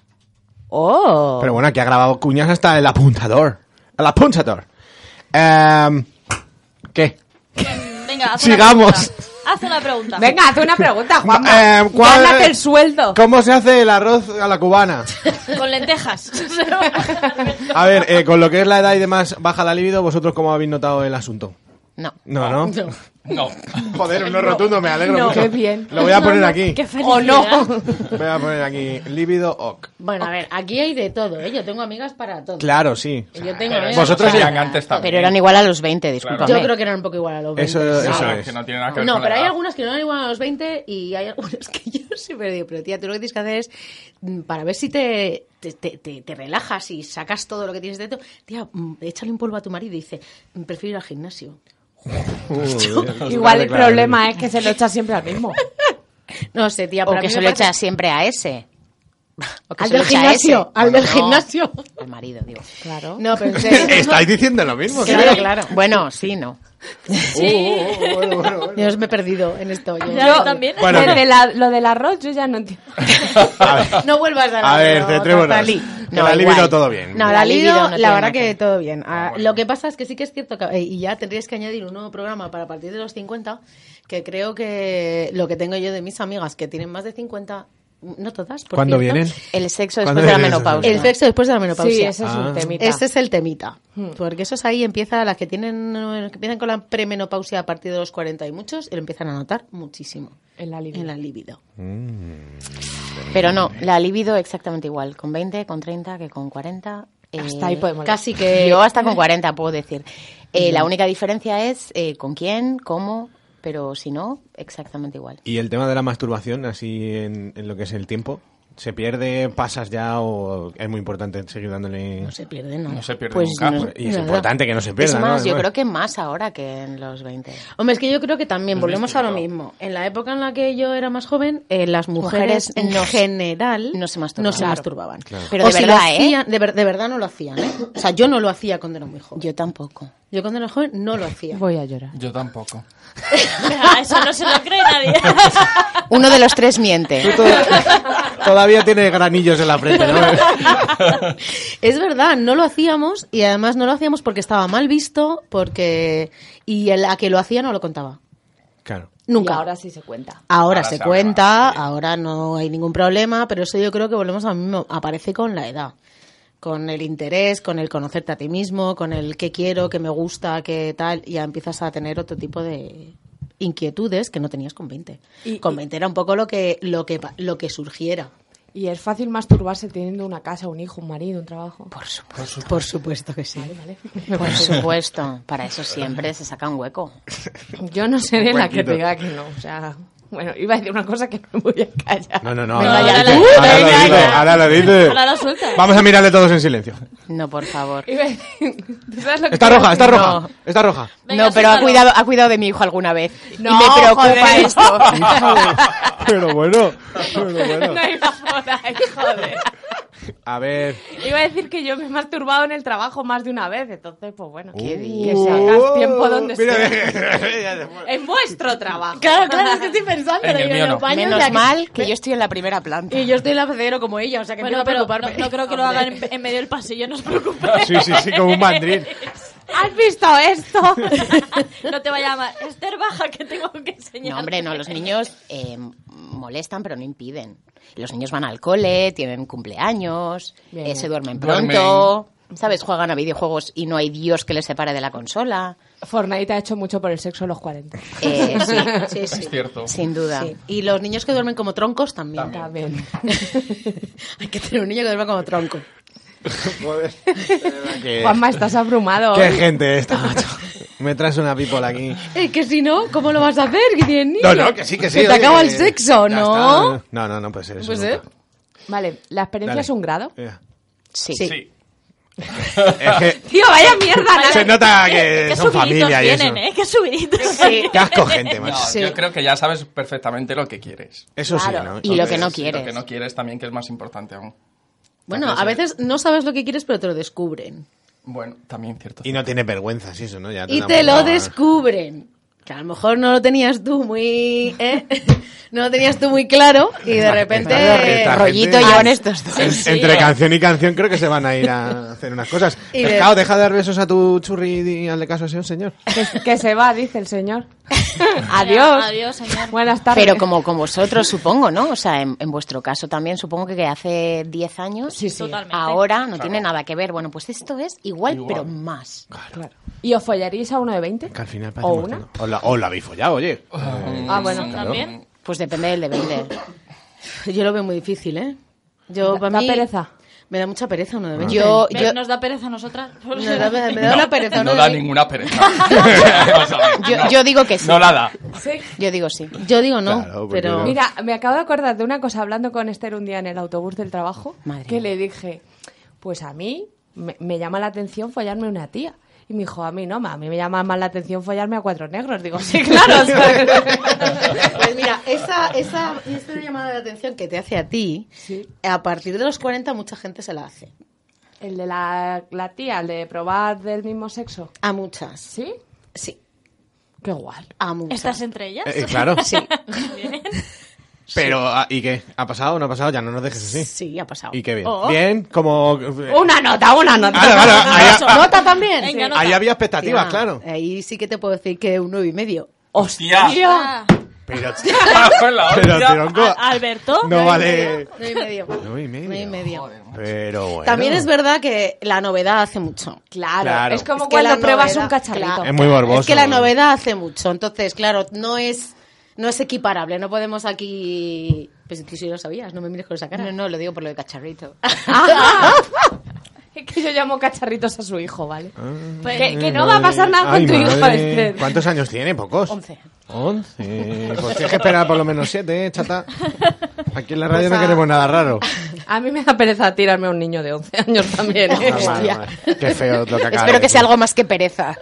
Oh.
Pero bueno, aquí ha grabado cuñas hasta el apuntador. El apuntador. Em, ¿Qué?
Venga, haz
Sigamos.
Una pregunta. Haz una pregunta.
Venga, haz una pregunta, Juanma.
Em, ¿cuál-
Gánate el sueldo.
¿Cómo se hace el arroz a la cubana?
Con lentejas.
A ver, eh, con lo que es la edad y demás, baja la libido, ¿vosotros cómo habéis notado el asunto?
No.
No, ¿no?
No.
No.
Joder, un no rotundo, me alegro
No,
mucho.
qué bien.
Lo voy a poner aquí.
Qué
O no.
Voy a poner aquí, libido ok.
Bueno, a ver, aquí hay de todo, ¿eh? Yo tengo amigas para todo.
Claro, sí.
Yo tengo
Pero
amigas
vosotros
para-
eran antes también.
Pero eran igual a los veinte, discúlpame.
Claro.
Yo creo que eran un poco igual a los veinte.
Eso,
sí.
eso
Claro,
es.
que no tiene nada que ver
No,
con
pero
la
hay
edad.
algunas que no eran igual a los veinte y hay algunas que yo siempre digo, pero tía, tú lo que tienes que hacer es, mm, para ver si te, te, te, te- te relajas y sacas todo lo que tienes dentro, tía, mm, échale un polvo a tu marido y dice, mm, prefiero ir al gimnasio.
Igual el problema es que se lo echa siempre al mismo.
No sé, tía,
O
pero a
que
mí
se
me
lo
parece-
echa siempre a ese. O que
Al
se lo
del
echa a
gimnasio,
ese.
al del
No,
gimnasio.
Al marido, digo.
Claro.
No, pero en serio.
Estáis diciendo lo mismo.
Claro, claro.
Bueno, sí, no.
Sí. Yo me he perdido en esto. Yo,
Ya, yo también.
Bueno,
de-
¿qué?
de la- lo del arroz yo ya no entiendo.
A ver,
No vuelvas a
a ver,
no,
centrémonos.
Totali.
Que
No,
la libido
igual.
todo bien.
No,
La
la
libido
libido,
no
la
tiene
verdad
nada que
que
ver.
todo bien. Ah,
bueno.
Lo que pasa es que sí que es cierto que, eh, y ya tendríais que añadir un nuevo programa para a partir de los cincuenta, que creo que lo que tengo yo de mis amigas que tienen más de cincuenta, no todas, por
¿Cuándo
cierto,
vienen?
El sexo
¿Cuándo
después de la
viene eso?
menopausia.
el sexo después de la menopausia.
Sí, ese es
Ah.
un temita.
Ese es el temita. Porque eso es ahí, empieza, las que tienen, que empiezan con la premenopausia a partir de los cuarenta y muchos, y lo empiezan a notar muchísimo.
En la libido.
En la libido.
Pero no, la libido exactamente igual. Con veinte, con treinta, que con cuarenta. eh,
Hasta ahí podemos
Casi que...
Yo hasta con cuarenta puedo decir. Eh, La única diferencia es eh, con quién, cómo, pero si no, exactamente igual.
Y el tema de la masturbación, así en, en lo que es el tiempo, ¿Se pierde, pasas ya o es muy importante seguir dándole...?
No se pierde, no.
No se pierde
Pues
nunca.
no-
Y es
nada.
importante que no se pierda,
Es más,
¿no?
yo
Además.
creo que más ahora que en los veinte.
Hombre, es que yo creo que también
Es
volvemos a lo
distinto.
mismo. En la época en la que yo era más joven, eh, las mujeres,
Mujeres
en
no-
general
no se masturbaban.
no se
Claro.
masturbaban.
Claro.
Pero
O
de
si
verdad,
lo
¿eh?
hacían, de, ver- de verdad no lo hacían, ¿eh? O sea, yo no lo hacía cuando era muy joven.
Yo tampoco.
Yo cuando era joven no lo hacía.
Voy a llorar.
Yo tampoco.
Ah, eso no se lo cree nadie.
Uno de los tres miente.
Tú to- todavía tiene granillos en la frente, ¿no?
Es verdad, no lo hacíamos y además no lo hacíamos porque estaba mal visto, porque y el a que lo hacía no lo contaba.
Claro.
Nunca.
Y ahora sí se cuenta.
Ahora,
Ahora
se
se
cuenta,
habla, sí.
ahora no hay ningún problema, pero eso yo creo que volvemos a lo mismo, aparece con la edad, con el interés, con el conocerte a ti mismo, con el qué quiero, qué me gusta, qué tal, y ya empiezas a tener otro tipo de inquietudes que no tenías con veinte.
Y-
con
y-
veinte era un poco lo que lo que pa- lo que surgiera.
Y es fácil masturbarse teniendo una casa, un hijo, un marido, un trabajo.
Por supuesto.
Por supuesto que sí.
Vale.
Por supuesto. Para eso siempre se saca un hueco.
Yo no seré
Un
la que
huequito.
te diga que no. O sea, bueno, iba a decir una cosa que me voy a callar.
No, no, no.
Venga,
ahora
ya,
lo
la-
dice, ahora lo
venga,
dice,
ya.
ahora lo dice.
Ahora lo suelta.
Vamos a mirarle todos en silencio.
No, por favor.
Iba a decir- ¿tú sabes lo que
Está
te iba a
roja, está
decir?
roja,
No.
está roja.
Venga,
no, pero ha
suéltalo.
cuidado, ha cuidado de mi hijo alguna vez.
No,
y me preocupa
joder.
esto.
Pero bueno, pero bueno.
No iba por ahí, joder.
A ver.
Iba a decir que yo me he masturbado en el trabajo más de una vez, entonces, pues bueno,
¿Qué
que
dices?
sacas tiempo donde
Mira,
sea. En vuestro trabajo.
Claro, claro, es que estoy pensando
En el
digo,
mío no.
baños,
Menos
ya que-
mal que yo estoy en la primera planta.
y yo estoy en la cero como ella, o sea que
Bueno,
empiezo a
pero no,
preocuparme.
no creo que lo
Hombre.
hagan en, en medio del pasillo, no os preocupéis.
Sí, sí, sí, como un mandril.
¿Has visto esto?
No te vaya a llamar. Esther, baja, que tengo que enseñar.
No, hombre, no, los niños eh, molestan, pero no impiden. Los niños van al cole, tienen cumpleaños,
Bien.
eh, se duermen
Duermen.
pronto, ¿sabes? Juegan a videojuegos y no hay Dios que les separe de la consola.
Fortnite ha hecho mucho por el sexo a los cuarenta.
Eh, sí,
Sí, sí.
Es cierto.
sin duda.
Sí. Y los niños que duermen como troncos también.
También.
Hay que tener un niño que duerma como tronco.
Joder. de verdad que-
Juanma, estás abrumado.
Qué
hoy.
gente esta, macho. Me traes una people aquí.
Es que si no, ¿cómo lo vas a hacer? Que tienes niño.
No, no, que sí, que sí.
Se te
oye,
acaba el
que-
sexo,
ya
¿no?
está. No, no, no puede ser eso.
Pues,
nunca.
¿eh?
Vale, ¿la experiencia
Dale.
es un grado?
Mira.
Sí.
Sí.
Sí.
Es que
Tío, vaya mierda. ¿no?
se nota que
Qué
son
subiditos
familia y eso.
tienen, ¿eh? Qué subiditos.
Sí.
Qué asco gente,
No,
macho.
Sí.
yo creo que ya sabes perfectamente lo que quieres.
Eso sí,
Claro.
¿no?
Y lo que no
Entonces, y
quieres.
Lo que no quieres también, que es más importante aún.
Bueno,
Entonces,
a veces no sabes lo que quieres, pero te lo descubren.
Bueno, también cierto.
Y no tiene vergüenza, sí, eso, ¿no? Ya
Y
da
te
un
lo
poco-
descubren. Que a lo mejor no lo tenías tú muy... ¿eh? No lo tenías tú muy claro y de repente...
Esta
Rollito
gente-
llevan estos dos.
En-
Sí.
Entre canción y canción creo que se van a ir a hacer unas cosas.
Y de-
Pescado, deja de dar besos a tu churri y hazle caso a ese señor.
Que, que se va, dice el señor. Adiós.
Adiós, señor.
Buenas tardes.
Pero como con vosotros, supongo, ¿no? O sea, en, en vuestro caso también, supongo que hace diez años,
Sí, sí.
Totalmente.
ahora no
Claro.
tiene nada que ver. Bueno, pues esto es igual,
Igual.
pero más.
Claro. ¿Y os follaríais a uno de veinte?
Que al final
¿O
parece
una?
mortal. O la, o la habéis follado, oye.
Ah, bueno.
¿También?
Pues depende del de veinte.
Yo lo veo muy difícil, ¿eh? Yo,
Da-
para
da
mí...
pereza.
Me da mucha pereza uno de veinte.
Yo,
¿Ves?
yo,
¿Nos da pereza a nosotras?
Me da, me da una pereza
No
uno de
da
veinte.
ninguna pereza. Vamos a ver,
yo,
no.
yo digo que sí.
No la da.
Sí.
Yo digo sí.
Yo digo no,
Claro, porque
pero...
no.
Mira, me acabo de acordar de una cosa hablando con Esther un día en el autobús del trabajo,
Madre
que
mía.
le dije, pues a mí me, me llama la atención follarme una tía. Y me dijo, a mí no, ma, a mí me llama más la atención follarme a cuatro negros. Digo, sí, claro.
Pues mira, esa, esa, esta llamada de atención que te hace a ti,
Sí.
a partir de los cuarenta mucha gente se la hace.
El de la, la tía, el de probar del mismo sexo.
A muchas.
¿Sí?
Sí,
Qué guay.
a muchas.
¿Estás entre ellas?
Eh, eh, claro.
Sí,
Bien.
Pero, ah, ¿y qué? ¿Ha pasado o no ha pasado? Ya no nos dejes así.
sí, ha pasado.
¿Y qué bien?
Oh.
Bien, como...
Una nota, una nota.
Ah, vale, ahí,
Eso.
¿Nota también?
Venga,
Sí.
nota.
ahí había expectativas,
Tía,
claro.
Ahí sí que te puedo decir que un nueve y medio.
¡Hostia!
Ah,
Pero,
Cago en la
pero
hostia.
tronco,
¿A- Alberto?
no vale...
Nueve y medio.
Nueve y medio.
Nueve y medio.
Pero bueno.
También es verdad que la novedad hace mucho.
Claro,
Claro.
es como
Es que
cuando
la
pruebas
novedad-
un cacharrito.
claro.
Es muy morboso.
Es que la novedad hace mucho. Entonces, claro, no es, no es equiparable. No podemos aquí... Pues tú sí lo sabías, no me mires con esa cara.
No, no, lo digo por lo de cacharrito.
Es que yo llamo cacharritos a su hijo, ¿vale?
Pues-
que, que no va a pasar nada
Ay,
con tu hijo,
madre.
Esther.
¿Cuántos años tiene? ¿Pocos?
Once.
Once. Pues tienes que esperar por lo menos siete, ¿eh, chata? Aquí en la radio
Pues
no
a-
queremos nada raro.
A mí me da pereza tirarme a un niño de once años también. ¿eh?
Normal, normal. Qué feo lo que acaba
Espero
de
que sea
decir.
algo más que pereza.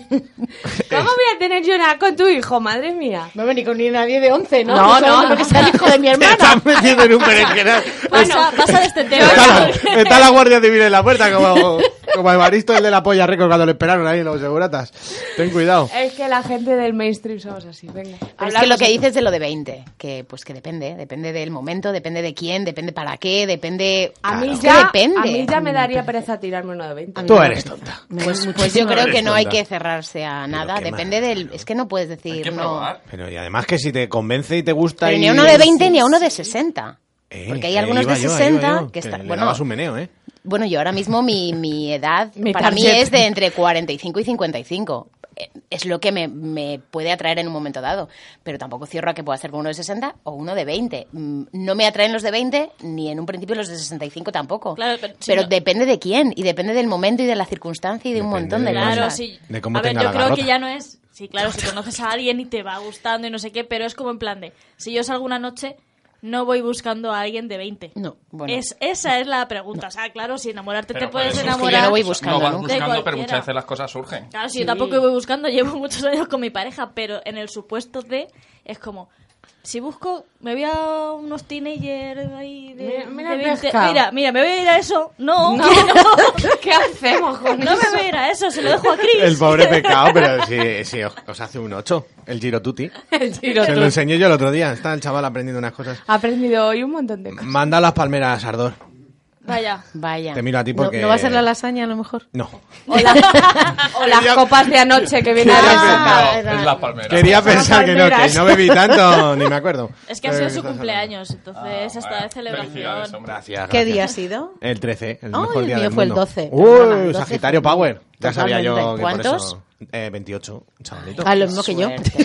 ¿Cómo voy a tener yo nada con tu hijo? Madre mía.
No me ni con ni nadie de once, ¿no?
No,
Solo
no,
porque
no.
sea el hijo de mi
Te
hermana.
estás metiendo en un berenjenal.
Pasa, pasa de este tema.
Está la, está la Guardia Civil en la puerta, como, como Evaristo, el de la polla récord, cuando le esperaron ahí en los seguratas. Ten cuidado.
Es que la gente del mainstream somos así, venga.
Pero es
Hablar
que lo que
vosotros.
dices de lo de veinte, que pues que depende, depende del momento, depende de quién, depende para qué, depende...
A mí,
Es que
ya,
depende.
a mí ya me daría pereza tirarme uno de veinte.
Tú eres tonta.
Pues, pues yo creo
eres
que no hay
tonta.
que cerrarse a nada,
qué
depende del... Es que no puedes decir no...
Pero y además que si te convence y te gusta
Pero
y...
ni a uno de veinte ni a uno de sesenta.
Eh,
Porque hay
eh,
algunos
iba
de
yo, ahí
sesenta
iba yo,
que
que
están...
le
Bueno,
dabas un meneo, ¿eh?
bueno, yo ahora mismo mi, mi edad
Mi
para mí
target.
es de entre cuarenta y cinco y cincuenta y cinco. Eh, Es lo que me, me puede atraer en un momento dado. Pero tampoco cierro a que pueda ser uno de sesenta o uno de veinte. Mm, No me atraen los de veinte ni en un principio los de sesenta y cinco tampoco.
Claro, pero si
Pero
no-
depende de quién y depende del momento y de la circunstancia y de un
Depende
montón de
de-
Claro,
cosas.
sí.
De cómo
a ver,
tenga
yo
la
creo
garrota.
que ya no es... Sí, claro, si conoces a alguien y te va gustando y no sé qué, pero es como en plan de... Si yo salgo una noche, no voy buscando a alguien de veinte.
No, bueno.
Es, esa es la pregunta. O sea, claro, si enamorarte
Pero
te puedes
por eso-
enamorar...
Es que yo no voy
No
buscando
vas
nunca.
de
buscando, pero
cualquiera.
muchas veces las cosas surgen.
Claro, si
Sí.
yo tampoco voy buscando, llevo muchos años con mi pareja, pero en el supuesto de... Es como... Si busco, me voy a unos teenagers ahí de,
Mira, mira
de
el
veinte.
pescado.
Mira, mira, me voy a ir a eso. No,
No.
que no.
¿Qué hacemos con
No
eso?
me voy a ir a eso, se lo dejo a Chris.
El pobre pecado, pero si, si os os hace un ocho, el Giro Tutti.
El tiro
Se
tú.
lo enseñé yo el otro día. Está el chaval aprendiendo unas cosas.
Ha aprendido hoy un montón de cosas.
Manda las palmeras, Ardor.
Vaya.
Vaya.
Te miro a ti
¿No,
porque...
¿No va a ser la lasaña a lo mejor?
No.
O, la- o las copas de anoche que viene a
Ah,
No, es la palmera.
Quería
Son las
pensar que no, que
palmeras.
no bebí tanto, ni me acuerdo.
Es que ha
Pero
sido
¿qué
su
estás
cumpleaños, entonces
Ah,
está
bueno,
de celebración.
felicidades, hombre.
Gracias,
¿Qué
gracias.
día ha sido?
El trece, el
Ay,
mejor
el
día
mío
del
fue el
mundo.
doce,
Uy,
perdona, el doce
Sagitario
fue-
Power. Ya sabía yo
Totalmente.
que por
¿Cuántos?
eso... Eh, veintiocho, un chavalito.
Ah, lo mismo que yo.
Suerte.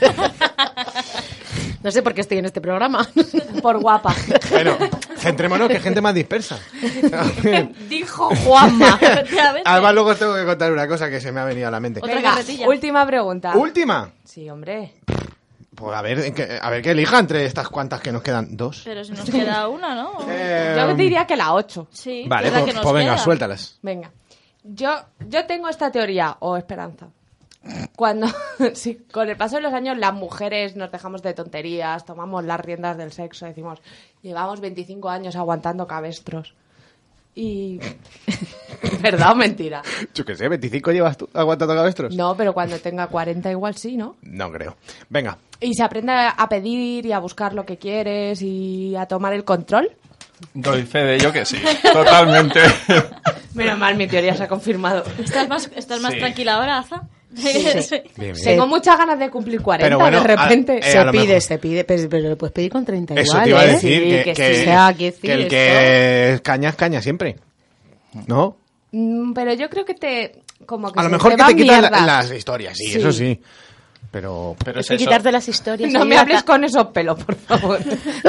No sé por qué estoy en este programa.
Por guapa.
Bueno, centrémonos, que gente más dispersa.
Dijo Juanma.
Efectivamente.
Además, luego os tengo que contar una cosa que se me ha venido a la mente.
Otra
Venga,
carretilla.
última pregunta.
¿Última?
Sí, hombre.
Pues a ver, que- a ver qué elija entre estas cuantas que nos quedan. ¿Dos?
Pero si nos queda una, ¿no?
Eh,
Yo diría que la ocho.
Sí,
Vale,
es la
pues,
que nos
pues venga,
queda.
suéltalas.
Venga. Yo, yo tengo esta teoría, o esperanza. Cuando, sí, con el paso de los años, las mujeres nos dejamos de tonterías, tomamos las riendas del sexo, decimos, llevamos veinticinco años aguantando cabestros. Y... ¿Verdad o mentira?
Yo qué sé, ¿veinticinco llevas tú aguantando cabestros?
No, pero cuando tenga cuarenta igual sí, ¿no?
No creo. Venga.
Y se aprende a pedir y a buscar lo que quieres y a tomar el control.
Doy fe de ello que sí, totalmente.
Menos mal, mi teoría se ha confirmado.
¿Estás más, estás más
Sí.
tranquila ahora, Aza?
Sí.
Bien, bien.
Tengo muchas ganas de cumplir cuarenta,
Pero bueno,
de repente.
a- eh,
Se
a lo
pide,
mejor.
se pide, pero, pero lo puedes pedir con treinta
Eso
igual,
te iba a
¿eh?
decir,
Sí,
que,
que
que-
sí.
O sea, quiero decir,
que el
esto-
que es caña es caña siempre. ¿No?
Mm, Pero yo creo que te... Como que
A lo
se
mejor
te
que
van
te quitan la-
mierdas.
las historias, sí,
Sí.
eso sí. Pero...
Pero
Es
es
que
eso.
quitarte las historias.
No me
ayuda
hables
ta-
con esos pelos, por favor.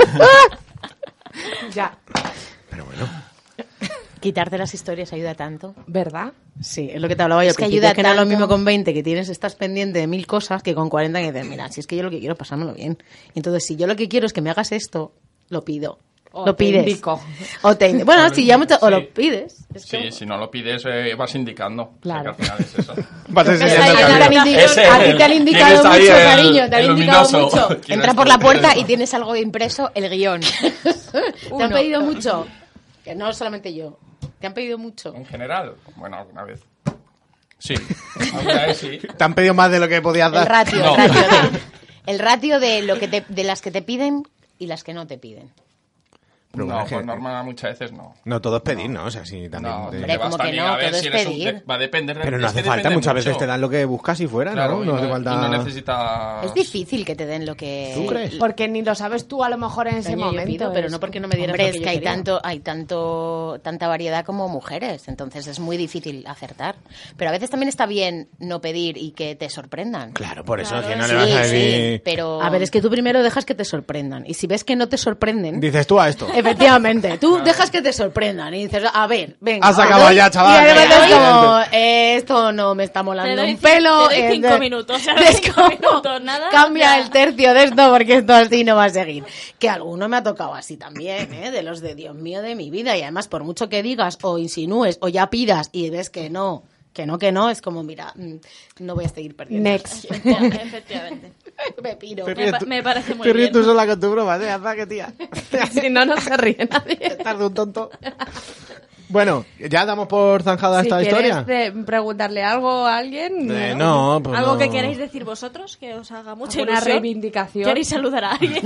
Ya.
Pero bueno.
Quitarte las historias ayuda tanto.
¿Verdad?
Sí, es lo que te hablaba yo.
Es
al
que
principio,
ayuda
es que no es lo
tanto.
mismo con veinte, que tienes, estás pendiente de mil cosas, que con cuarenta que dices, mira, si es que yo lo que quiero es pasármelo bien. Y entonces, si yo lo que quiero es que me hagas esto, lo pido.
O
lo
te
pides.
indico.
O te indi- Bueno, si ya me to- o
Sí.
lo pides. Es
Sí,
que-
si no lo pides, eh, vas indicando.
Claro.
O sea, que al final es eso.
Vas
Ahí
enseñando el
te han
camino.
indi-
Ese
a ti
es
te han
el-
indicado
tienes ahí
mucho,
el-
cariño, te han
el
indicado
luminoso.
mucho.
¿Quién
Entra
es
por
tú?
la puerta
¿Quién
y
es
tienes algo de impreso, el guión.
¿Te han pedido mucho? Que no solamente yo. ¿Te han pedido mucho?
tú? En general, bueno, alguna vez. Sí, alguna vez sí.
¿Te han pedido más de lo que podías dar?
El ratio,
No.
el ratio de, el ratio de lo que te, de las que te piden y las que no te piden.
Pero
no,
bueno, es que-
por norma muchas veces no.
No, todo es pedir, ¿no? O sea, sí, también...
No,
te-
te
Hombre,
vas
como que
también
no,
a ver
todo
si
es
eres un-
pedir.
va a depender.
Pero no
es
hace
que
falta,
depende
muchas veces
mucho.
te dan lo que buscas y fuera,
Claro,
¿no?
y
No
no,
hace falta...
y no necesitas...
Es difícil que te den lo que...
¿Tú crees?
Porque ni lo sabes tú a lo mejor en ese
Coño, yo
momento.
pido, pero
es-
no porque no me dieras
Hombre,
lo
es
que
que
yo
hay
quería.
tanto, hay tanto, tanta variedad como mujeres, entonces es muy difícil acertar. Pero a veces también está bien no pedir y que te sorprendan.
Claro, por eso,
Claro,
que no
sí,
le vas a
sí,
decir...
pero...
A ver, es que tú primero dejas que te sorprendan. Y si ves que no te sorprenden...
Dices tú a esto.
Efectivamente, efectivamente. Tú dejas que te sorprendan y dices, a ver, venga.
Has acabado ya, chaval.
Y además es como, eh, esto no me está molando
doy
un pelo.
Te doy
eh,
cinco
de-
minutos. O sea,
es
cinco
como,
minutos, nada.
cambia
ya.
el tercio de esto porque esto así no va a seguir. Que alguno me ha tocado así también, ¿eh? De los de Dios mío de mi vida. Y además, por mucho que digas o insinúes o ya pidas y ves que no, que no, que no, es como, mira, mm, no voy a seguir perdiendo.
Next.
Efectivamente.
Me piro.
Te
Me,
ríes
pa-
tú-
me parece muy
Te ríes
bien.
tú sola con tu broma, ¿eh? Anda, que tía.
Si no, no se ríe nadie.
Estás de un tonto. Bueno, ¿ya damos por zanjada
Si
esta
quieres
historia?
de- preguntarle algo a alguien...
Eh, no, pues
¿Algo
no.
que queráis decir vosotros que os haga mucha
Una
ilusión?
reivindicación.
¿Queréis saludar a alguien?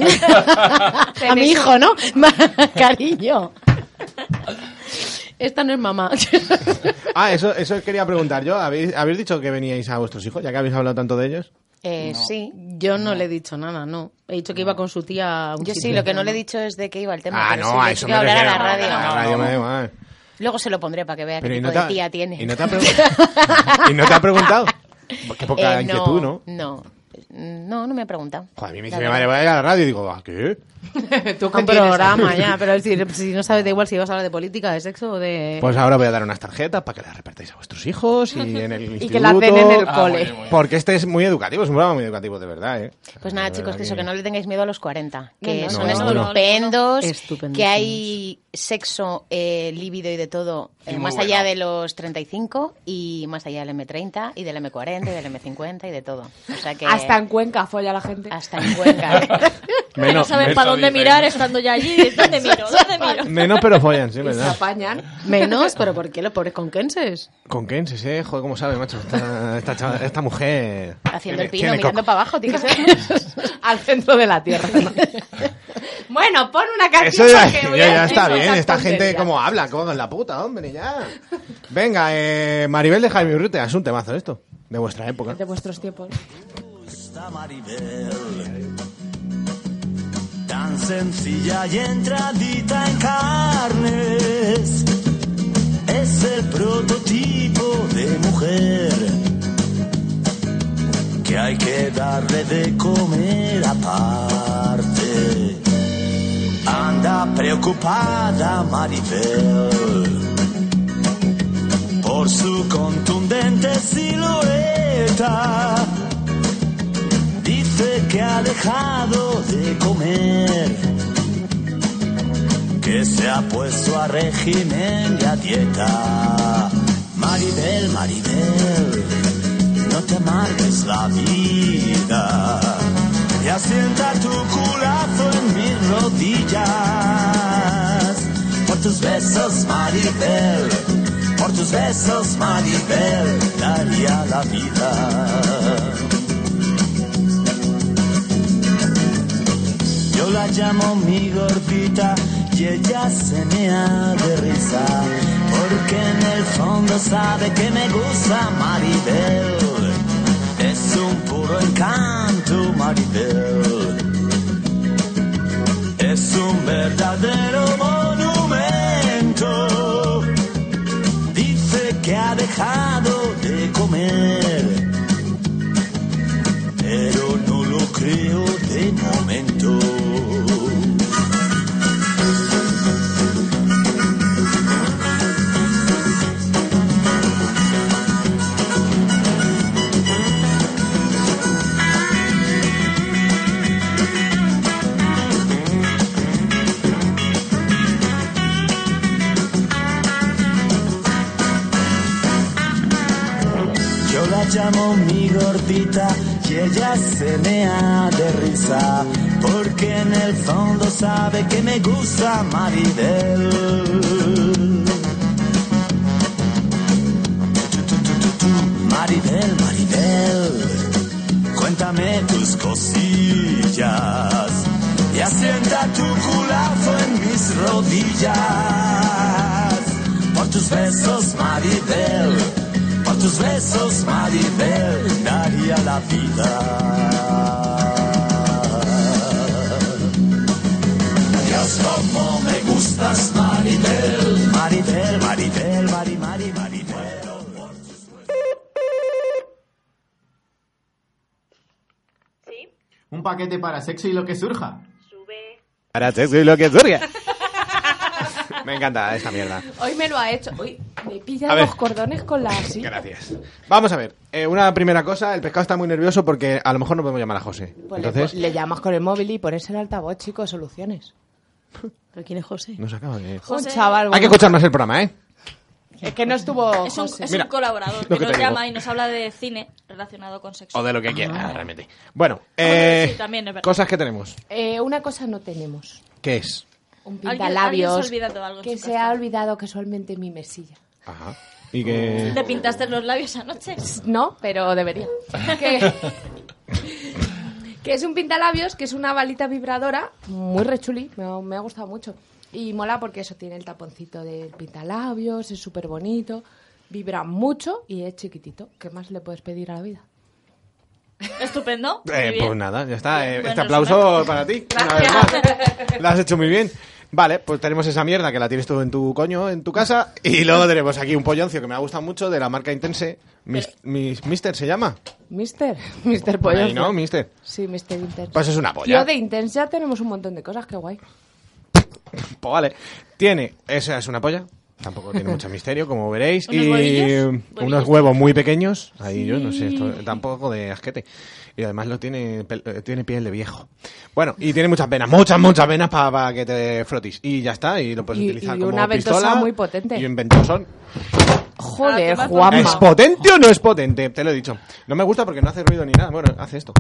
A mi hijo, ¿no? Cariño. Esta no es mamá.
Ah, eso, eso quería preguntar yo. ¿Habéis, ¿Habéis dicho que veníais a vuestros hijos, ya que habéis hablado tanto de ellos?
Eh, Sí, yo no, le he dicho nada, no. He dicho que iba con su tía. a un
Yo sí,
sitio.
lo que no le he dicho es de qué iba el tema.
Ah,
pero
no,
sí le
a
he
eso
dicho
me
que hablar a
refiero.
la radio.
A la radio me da igual.
Luego se lo pondré para que vea qué
Pero ¿y
tipo
no te
de
ha-
tía tiene.
¿Y no te ha, pregun- ¿Y no te ha preguntado? Qué poca
Eh,
inquietud, ¿no?
No, no, no me ha preguntado.
Joder, a mí me
La
dice mi
verdad.
madre, voy a ir a la radio y digo, ¿a qué?
¿Tú
Un programa ya, pero si, si no sabes, da igual si vas a hablar de política, de sexo o de...
Pues ahora voy a dar unas tarjetas para que las repartáis a vuestros hijos y en el instituto.
Y que la den en el
Ah,
cole.
muy bien, muy bien.
Porque este es muy educativo, es un programa muy educativo, de verdad, ¿eh?
Pues nada,
De
chicos,
verdad
que eso, que no le tengáis miedo a los cuarenta. Que
No, no,
son
no, no, no.
estupendos,
Estupendísimos.
que hay sexo, eh, líbido y de todo,
Y
eh,
muy
más
bueno.
allá de los treinta y cinco y más allá del eme treinta y del eme cuarenta y del eme cincuenta y de todo. O sea que...
Hasta en Cuenca folla la gente.
Hasta en Cuenca.
no
Menos,
saben
menos,
para dónde
dice,
mirar
¿no?
estando ya allí. ¿Dónde miro? ¿Dónde miro?
menos pero follan, sí,
Y se
¿verdad?
apañan.
Menos, pero ¿por qué los pobres conquenses?
¿Con quién? Sí, sí, joder, ¿cómo sabe, macho? Esta, esta, chava- esta mujer...
Haciendo el
tiene-
pino,
tiene
mirando
coco.
para abajo, tiene que ser.
Al centro de la tierra. Bueno, pon una
Eso
canción
ya,
porque voy
ya-
a
ya
decir
está bien,
cosas
esta gente
tonterías.
como habla, como en la puta, hombre, ya. Venga, eh, Maribel de Jaime Urrutia, es un temazo esto, de vuestra época.
De vuestros tiempos.
Tan sencilla y entradita en carnes, es el prototipo de mujer que hay que darle de comer aparte. Anda preocupada Maribel por su contundente silueta. Dice que ha dejado de comer, que se ha puesto a régimen y a dieta. Maribel, Maribel, no te amargues la vida y asienta tu culazo en mis rodillas. Por tus besos, Maribel, por tus besos, Maribel, daría la vida. Yo la llamo mi gordita y ella se mea de risa, porque en el fondo sabe que me gusta Maribel. Es un puro encanto Maribel, es un verdadero monumento. Dice que ha dejado de comer, pero no lo creo de momento. Yo la llamo mi gordita y ella se mea de risa, porque en el fondo sabe que me gusta Maribel. Tu, tu, tu, tu, tu. Maribel, Maribel, cuéntame tus cosillas y asienta tu culazo en mis rodillas. Por tus besos, Maribel, por tus besos, Maribel, daría la vida. Dios, cómo me gustas, Maribel. Maribel, Maribel, Mari, Mari, Maribel.
Un paquete para sexo y lo que surja.
Para sexo y lo que surge. Me encanta esta mierda.
Hoy me lo ha hecho. Uy, me pilla
A ver.
los cordones con la así.
Gracias. Vamos a ver. Eh, una primera cosa, el pescado está muy nervioso porque a lo mejor no podemos llamar a José.
Pues
Entonces,
le, le llamas con el móvil y pones el altavoz, chicos, soluciones.
¿Pero quién es José?
no se acaba de...
Un chaval.
Hay
bueno.
que escuchar más el programa, ¿eh?
Es que no estuvo
Es un,
José.
es
Mira,
un colaborador
lo
que
que
nos
te digo.
llama y nos habla de cine relacionado con sexo.
O de lo que quiera, realmente. Bueno,
Bueno,
eh,
sí, también es verdad.
cosas que tenemos.
Eh, una cosa no tenemos.
¿Qué es?
Un
Alguien-
pintalabios
alguien se ha olvidado algo en
que
su
se
casa.
ha olvidado casualmente en mi mesilla.
Ajá. Y que...
¿Te pintaste los labios anoche?
No, pero debería. que, que es un pintalabios, que es una balita vibradora muy rechuli, me, ha- me ha gustado mucho. Y mola porque eso tiene el taponcito del pintalabios, es súper bonito, vibra mucho y es chiquitito. ¿Qué más le puedes pedir a la vida?
Estupendo. muy
Eh,
bien.
pues nada, ya está. Eh,
Buen
este
resumen.
aplauso para ti. Una vez más. Lo has hecho muy bien. Vale, pues tenemos esa mierda que la tienes tú en tu coño, en tu casa. Y luego tenemos aquí un polloncio que me ha gustado mucho de la marca Intense. Mis, mis- Mister se llama.
Mister, Mister
Por ahí,
Pollo.
¿no? Mister.
Sí, Mister Intense.
Pues es una polla.
Tío, de Intense ya tenemos un montón de cosas, qué guay.
Pues vale. Tiene, esa es una polla. Tampoco tiene mucho misterio, como veréis.
¿Unos
y
huevillos?
unos
Huevillos.
huevos muy pequeños. Ahí yo no sé, esto tampoco de asquete. Y además lo tiene, pel- eh, tiene piel de viejo. Bueno, y tiene muchas venas, muchas, muchas venas para que te frotis. Y ya está, y lo puedes
Y-
utilizar
y
como
una ventosa
pistola.
muy potente.
Y un ventosón.
Joder,
Ah,
Juanma.
¿Es potente o no es potente? Te lo he dicho. No me gusta porque no hace ruido ni nada. Bueno, hace esto.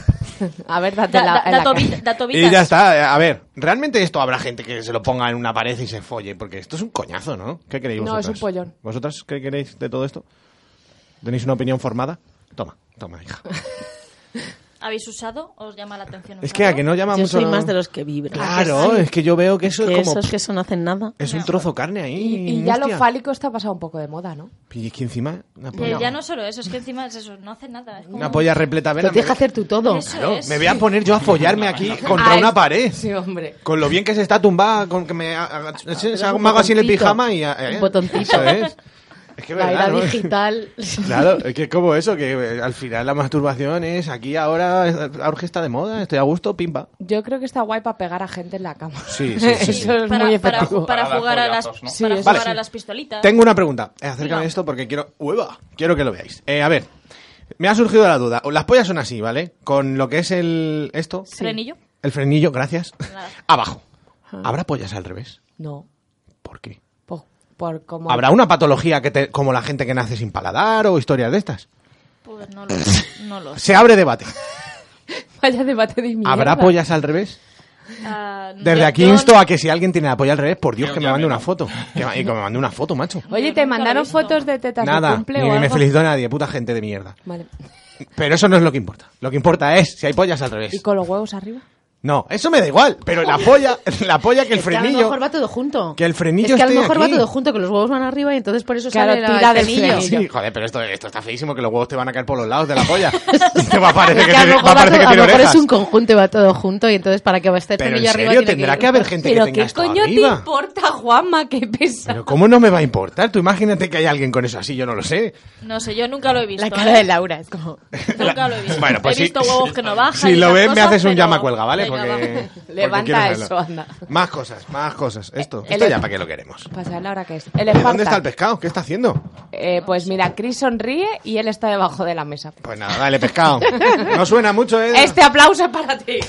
A ver, date
Da-
la,
da-
en la
dato
cara.
vi- dato
Y
vitas.
ya está. A ver, realmente esto habrá gente que se lo ponga en una pared y se folle, porque esto es un coñazo, ¿no? ¿Qué queréis
No,
vosotras?
es un pollón.
¿Vosotras qué queréis de todo esto? ¿Tenéis una opinión formada? Toma, toma, hija.
¿Habéis usado? ¿Os llama la atención?
Es que a que no llama
Yo
mucho...
soy más de los que vibran.
Claro, es que yo veo que eso
Que
es como...
esos que eso no hacen nada.
Es un trozo de carne ahí.
Y, y ya lo
hostia.
fálico está pasado un poco de moda, ¿no?
Y es que encima... Una
Eh,
polla,
ya no solo eso, es que encima es eso, no hace nada. Es como...
una polla repleta de
Lo
venas.
tienes que hacer tú todo.
Eso
Claro,
es.
me voy a poner yo a follarme aquí contra
Ay,
una pared.
Sí, hombre.
Con lo bien que se está tumbada, con que me haga, se- se haga un mago así en el
botoncito.
pijama y... eh,
Un botoncito.
Eso es. Es que
La
verdad,
era
¿no?
digital.
Claro, es que es como eso, que eh, al final la masturbación es aquí ahora, eh, ahora que está de moda, estoy a gusto, pimpa.
Yo creo que está guay para pegar a gente en la cama.
Sí, sí, sí, sí.
Eso es
para,
muy
para,
efectivo.
para
Para dar
jugar a las,
pollazos, ¿no?
Sí,
para
eso
jugar
sí.
a las pistolitas.
Tengo una pregunta eh, acerca
Venga.
de esto porque quiero... ¡Ueva! Quiero que lo veáis. Eh, a ver, me ha surgido la duda. Las pollas son así, ¿vale? Con lo que es el... esto...
¿Frenillo?
El frenillo, gracias.
Nada.
Abajo. ¿Habrá pollas al revés?
No.
¿Por qué?
Por, por como...
¿Habrá una patología que te, como la gente que nace sin paladar o historias de estas?
Pues no lo, no lo sé.
Se abre debate.
Vaya debate de mierda.
¿Habrá pollas al revés?
Ah,
Desde
yo-
aquí
yo-
insto a que si alguien tiene la polla al revés, por Dios,
Yo
que me
ya
mande
me
una
no.
foto. Que, ma- y que me mande una foto, macho.
Oye,
Yo
¿te
nunca lo he
mandaron
visto.
fotos de tetas de
Nada,
cumple
ni
o
me
algo?
felicitó nadie, puta gente de mierda.
Vale.
Pero eso no es lo que importa. Lo que importa es si hay pollas al
¿Y
revés.
con los huevos arriba?
No, eso me da igual, pero la polla, la polla que el
Es que a lo
frenillo...
mejor va todo junto.
Que el frenillo
Es que a lo
esté
mejor
aquí.
va todo junto, que los huevos van arriba y entonces por eso
Claro,
sale la,
tira
el
del
frenillo.
frenillo.
Sí, joder, pero esto, esto está feísimo, que los huevos te van a caer por los lados de la polla. Y te va a parecer
Es
que
que a
tiene,
lo
va a
mejor, va
parecer
todo-
que
a
tiene
lo mejor
orejas.
es un conjunto y va todo junto y entonces para que esté el
Pero en
frenillo arriba
serio,
tiene
tendrá
ir
que haber
junto.
gente que
¿Pero
tenga
qué
esto
coño
arriba.
te importa, Juanma? ¿Qué pesa?
Pero ¿cómo no me va a importar? Tú imagínate que hay alguien con eso así, yo no lo sé.
No sé, yo nunca lo he visto.
La cara
¿eh?
de Laura es como...
Nunca lo he visto.
Bueno, pues
he
sí.
visto huevos que no bajan.
Si
y
lo
esas
ves, me
cosas,
haces un
pero-
llama cuelga, ¿vale?
Venga,
Porque,
va.
porque
Levanta
quiero saberlo.
eso, anda.
Más cosas, más cosas. Esto,
El-
esto ya para qué lo queremos.
Para saber la hora que es. El
¿Dónde
Esparta.
está el pescado? ¿Qué está haciendo?
Eh, pues mira, Chris sonríe y él está debajo de la mesa.
Pues nada, dale, pescado. No suena mucho, ¿eh?
Este aplauso es para ti.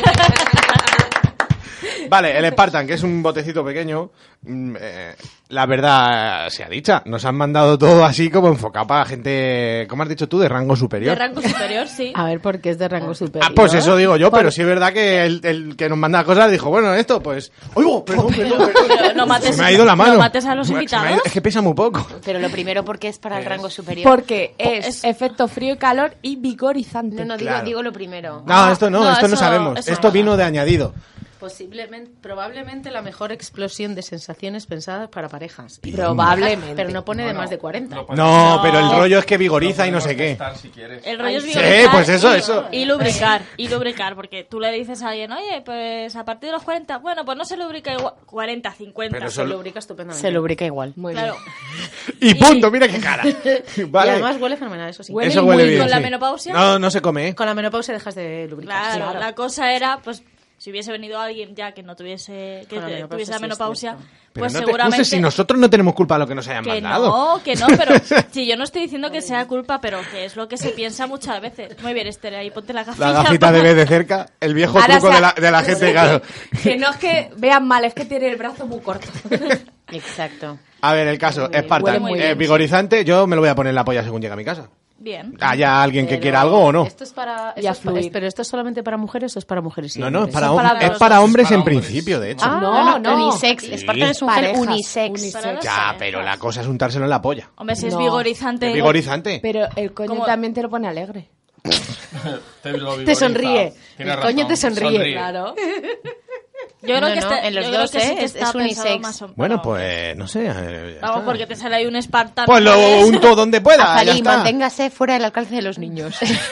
Vale, el Spartan, que es un botecito pequeño. mm, eh, la verdad sea dicha, nos han mandado todo así como enfocado para gente, ¿cómo has dicho tú? De rango
De
superior.
rango superior, sí.
A ver, ¿por qué es de rango superior?
Ah, pues eso digo yo,
Por-
pero sí es verdad que el, el que nos manda cosas dijo, bueno, esto, pues... ¡Oigo! Perdón, perdón, perdón.
Pero no mates,
Se me ha ido la mano.
no mates a los
Se me- se me ha ido-
invitados.
Es que pesa muy poco.
Pero lo primero, porque es para el rango superior.
Porque es, efecto frío y calor y vigorizante.
No, no, digo,
Claro.
digo lo primero.
No, esto no,
no,
esto no
eso-
sabemos.
eso
esto
no.
vino de añadido.
Posiblemente, probablemente la mejor explosión de sensaciones pensadas para parejas. Y
Probablemente.
Pero no pone de
Bueno,
más de cuarenta.
lo puedes-
No,
No.
pero el rollo es que vigoriza y no
podemos
sé qué.
testar si quieres.
El rollo es
Sí,
lubricar
pues eso,
y,
eso.
y lubricar, y lubricar, porque tú le dices a alguien, oye, pues a partir de los cuarenta, bueno, pues no se lubrica igual, cuarenta, cincuenta.
Pero
Se
eso-
lubrica estupendamente.
Se lubrica igual. Muy
Claro.
Y punto, mira qué cara. Vale.
Y además huele fenomenal, eso sí.
Huele
Eso
muy
huele
bien.
bien.
¿Con la
sí.
menopausia?
No, no se come, ¿eh?
Con la menopausia dejas de lubricar.
Claro,
sí.
la cosa era, pues, Si hubiese venido alguien ya que no tuviese que
Con la
te-
menopausia,
tuviese la
sí, es
menopausia,
cierto.
Pero
pues
no te
seguramente
excuses si nosotros no tenemos culpa de lo que nos hayan
que
mandado.
no, que no, pero si yo no estoy diciendo que sea culpa, pero que es lo que se piensa muchas veces. Muy bien, Esther, ahí ponte la gafita.
La gafita de ver de cerca, el viejo
Ahora
truco
se
de
ha-
la, de la gente, claro.
Que no es que vean mal, es que tiene el brazo muy corto.
Exacto.
A ver, el caso, Esparta,
Huele muy
eh,
bien,
vigorizante, yo me lo voy a poner en la polla según llegue a mi casa.
Bien.
¿Haya alguien que
Pero
quiera algo o no?
Esto es para, esto
Ya
es pa-
fluir.
es- pero esto es solamente para mujeres o es para mujeres y
No, no, es
hombres?
para,
Son
hom-
para
es
los
para
dos.
hombres
Es para
en
hombres.
principio, de hecho.
Ah,
No,
no, no,
no.
unisex.
Sí.
Esparta es mujer
Parejas,
unisex.
unisex.
Para las
Ya,
parejas.
pero la cosa es untárselo en la polla.
Hombre, si es
No.
vigorizante.
Es vigorizante.
Pero el coño
¿Cómo?
también te lo pone alegre.
Te, lo
Te
vigoriza.
sonríe.
Tienes
El coño
razón,
te sonríe.
Claro.
Yo creo
No,
que
no,
este-
en los
yo creo
dos,
que sí
¿eh?
que
Es-
está
es
pensado
unisex.
más o-
Bueno,
para
pues no sé. eh, ya
Vamos,
está.
porque te sale ahí un espartano.
Pues lo
¿sabes?
unto donde pueda. ya
Azalí,
está.
manténgase fuera del alcance de los niños.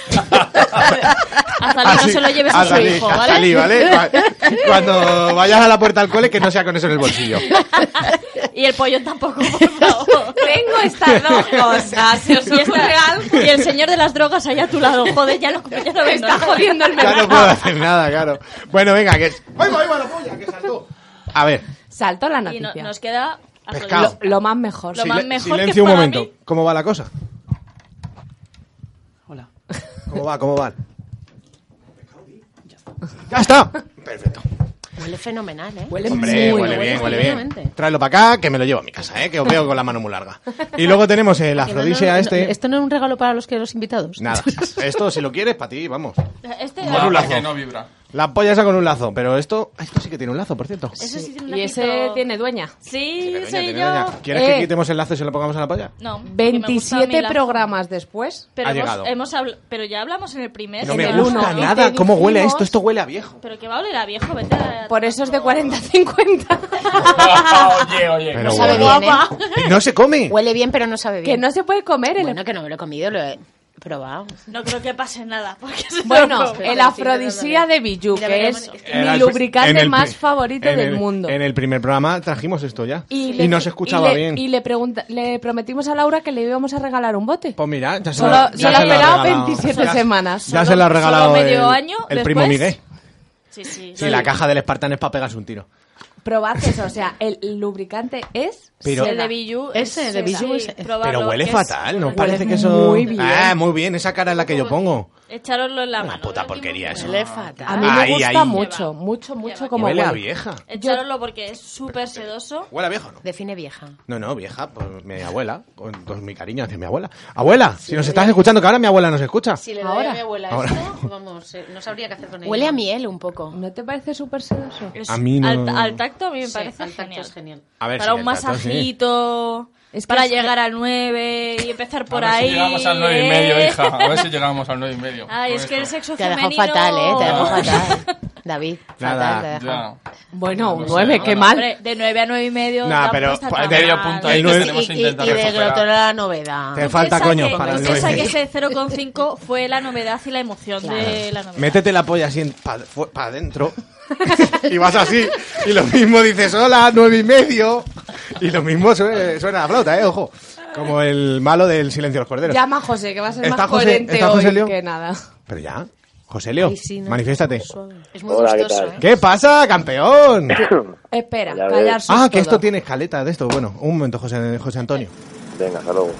Azalí, no
Así-
se lo lleves a su
Azalí,
hijo, ¿vale?
Azalí, ¿vale? Cu- Cuando vayas a la puerta al cole, que no sea con eso en el bolsillo.
Y el pollo tampoco, por favor.
Tengo estas dos cosas. Si os
Y,
ocurre
está-
algo,
y el señor de las drogas allá a tu lado, joder, ya no, ya no
me
vendo
está
nada.
jodiendo el
Ya no
mercado.
puedo hacer nada, claro. Bueno, venga, que... ¡Ay, va, ahí va la polla! ¡Que saltó! A ver,
Saltó la
Y no-
noticia.
nos queda
Pescado.
Lo, lo más mejor.
Lo
sile-
más mejor
silencio
que
un
para
momento.
mí.
¿Cómo va la cosa?
Hola.
¿Cómo va? ¿Cómo va? ¡Ya está! Perfecto.
Huele fenomenal, ¿eh?
Huele
Hombre,
muy
huele
bien.
bien, huele bien.
estupendamente.
Tráelo para acá, que me lo llevo a mi casa, ¿eh? Que os veo con la mano muy larga. Y luego tenemos el
Que no,
afrodisia
no, no,
este...
¿Esto no es un regalo para los que los invitados?
Nada. Esto, si lo quieres, para ti, vamos.
Este
Con un lazo.
Que no vibra.
La polla esa con un lazo, pero esto... ah, Esto sí que tiene un lazo, por cierto.
Ese sí tiene un
Y ese
lacito.
tiene dueña.
Sí,
Tiene dueña,
soy
tiene
yo.
dueña. ¿Quieres
Eh.
que quitemos el lazo y se lo pongamos a la polla?
No, porque me gusta mi
veintisiete
lazo.
programas después.
Pero
Ha
hemos,
llegado.
hemos habl- pero ya hablamos en el primer.
No
en
me
el
gusta
uno, ¿no?
nada.
te
¿Cómo huele
dijimos-
esto? Esto huele a viejo.
Pero que va a oler a viejo, vete a...
Por eso es de cuarenta a cincuenta.
oye, oye.
Pero
No sabe
bueno.
bien, ¿eh?
No se come.
Huele bien, pero no sabe bien.
Que no se puede comer. El...
Bueno, que no me lo he comido, lo he probado.
No creo que pase nada. Porque se
Bueno,
lo come.
el afrodisía de Bijú,
Mira,
que
mira,
es
mira,
Era
mi
el-
lubricante
en el
más
pri-
favorito
en
del
el-
mundo.
En el primer programa trajimos esto ya. Y,
le-
no se escuchaba
y le-
bien.
Y le, pregunta, le prometimos a Laura que le íbamos a regalar un bote.
Pues mira, ya se
Solo,
lo,
solo
ya
ha
se lo ha
esperado
regalado.
veintisiete
Ya-
semanas.
Ya
Solo-
se lo ha regalado
solo medio
el,
año
el
después.
primo Miguel.
Sí, sí.
Sí, la caja del Spartan es para pegarse un tiro.
Probad eso, o sea, el lubricante es
Pero-
El de Bijú.
Ese, de Bijú, ese-
Pero huele fatal, ¿no?
Huele
Parece que eso...
muy bien.
Ah, muy bien, esa cara es la que yo pongo.
Echároslo en la mano.
Puta porquería eso.
Huele fatal.
A mí me
Ahí,
gusta
ahí.
mucho, mucho, mucho como
Huele
huele.
a vieja.
Echároslo porque es súper sedoso.
¿Huele a vieja o no?
Define vieja.
No, no, vieja, pues mi abuela, con todo mi cariño hacia mi abuela. Abuela, si nos estás escuchando, que ahora mi abuela nos escucha.
Si le doy
Ahora.
a mi abuela
Ahora.
esto, vamos, eh, no sabría qué hacer con ella.
Huele a miel un poco.
¿No te parece súper sedoso?
Es-
A mí no-
Al, al tacto a mí me
Sí,
parece
al tacto
genial.
es genial.
A ver,
Para
sí,
un
el tacto, sí.
masajito.
Es que
para
es-
llegar al nueve y empezar por
a ver
ahí.
si llegamos al nueve y medio, hija. A ver si llegamos al nueve y medio.
Ay,
Con
es que el
esto.
sexo
Te ha dejado
femenino...
fatal, ¿eh? Te ha dejado fatal. David,
Nada,
fatal te ha dejado.
Ya.
Bueno, un
No sé,
nueve,
no,
qué
no.
mal.
Hombre, de nueve a nueve y medio...
Nah,
tampoco
pero
está
pues,
tan
de-
medio
mal.
punto
El
ahí que
nueve-
tenemos
Y,
que
y,
intentar
y de
recuperar.
glotón la novedad.
Te falta
Piensa
coño
que-
para el
Piensa
nueve.
que ese cero coma cinco fue la novedad y la emoción de la novedad.
Métete la polla así para adentro y vas así y lo mismo dices hola, nueve y medio y lo mismo suena, suena a flauta, eh, ojo. Como el malo del Silencio de los Corderos.
Llama a José, que va a ser
¿Está
más
José-
coherente
está
hoy
José Leo?
que nada.
Pero ya, José Leo,
Ay, sí, ¿no?
manifiéstate.
Es muy
Hola, ¿qué
gustoso,
tal?
¿eh?
¿Qué pasa, campeón?
Espera,
Ya ves.
callarse
Ah, que
todo.
esto tiene escaleta de esto. Bueno, un momento, José, José Antonio.
Venga, hasta luego.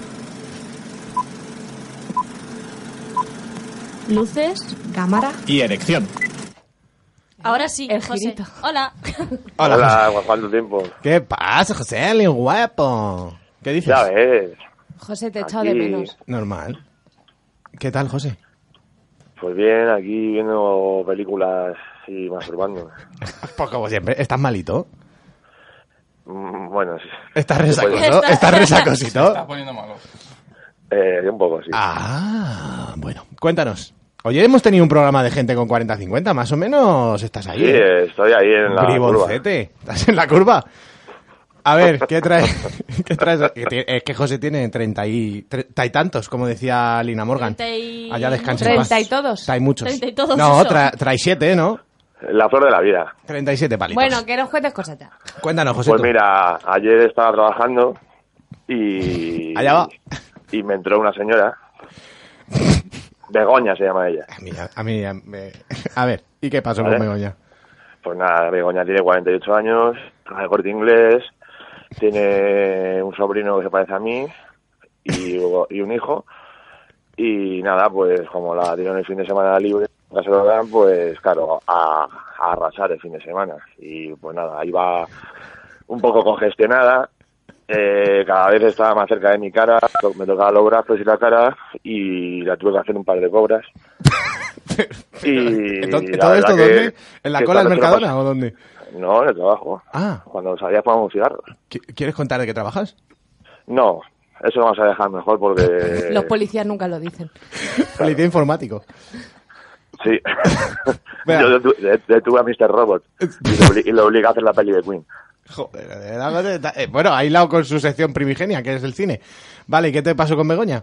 Luces, cámara.
Y erección.
Ahora sí,
El
José.
girito.
Hola.
Hola,
Hola,
José.
¿cuánto tiempo?
¿Qué pasa, José? Leo guapo. ¿Qué dices?
Ya ves.
José, te he echado de
Aquí,
menos.
Normal. ¿Qué tal, José?
pues bien, aquí viendo películas y masturbando.
Pues como siempre, ¿estás malito?
Mm, Bueno, sí.
¿Estás
Sí,
resacoso?
pues,
¿Estás
Se
resacosito?
está poniendo malo.
Eh, un poco, sí.
Ah, bueno. Cuéntanos. Oye, hemos tenido un programa de gente con cuarenta a cincuenta, más o menos estás ahí.
Sí,
¿eh?
estoy ahí en la curva.
Briboncete. ¿Estás en la curva? A ver, ¿qué traes? ¿Qué traes? Que ti- Es que José tiene treinta y, treinta y tantos, como decía Lina Morgan.
Treinta y
Allá descansa en paz.
Treinta y todos.
Hay muchos.
Treinta y todos,
No,
eso.
tra- trae siete, ¿no?
La flor de la vida.
treinta y siete palitos.
Bueno, que nos cuentes cosas ya.
Cuéntanos, José.
Pues
tú.
mira, ayer estaba trabajando y...
Allá va.
Y me entró una señora. Begoña se llama ella.
A mí, a, mí, a, me- a ver, ¿y qué pasó
¿Vale?
con Begoña?
Pues nada, Begoña tiene cuarenta y ocho años, trabaja en Corte Inglés, tiene un sobrino que se parece a mí y, y un hijo. Y nada, pues como la tienen el fin de semana libre, ya se lo dan, pues claro, a, a arrasar el fin de semana. Y pues nada, ahí va un poco congestionada. Eh, cada vez estaba más cerca de mi cara, me tocaba los brazos y la cara y la tuve que hacer un par de cobras. Y
¿Entonces, ¿Todo esto dónde? ¿En la cola del Mercadona o dónde?
No, en el trabajo.
Ah.
Cuando salía fumamos cigarros.
¿Quieres contar de qué trabajas?
No, eso lo vamos a dejar mejor porque...
Los policías nunca lo dicen.
Policía informático.
Sí. Yo detuve a mister Robot y lo obliga a hacer la peli de Queen.
Joder, de verdad, eh, bueno, aislado con su sección primigenia, que es el cine. Vale, ¿y qué te pasó con Begoña?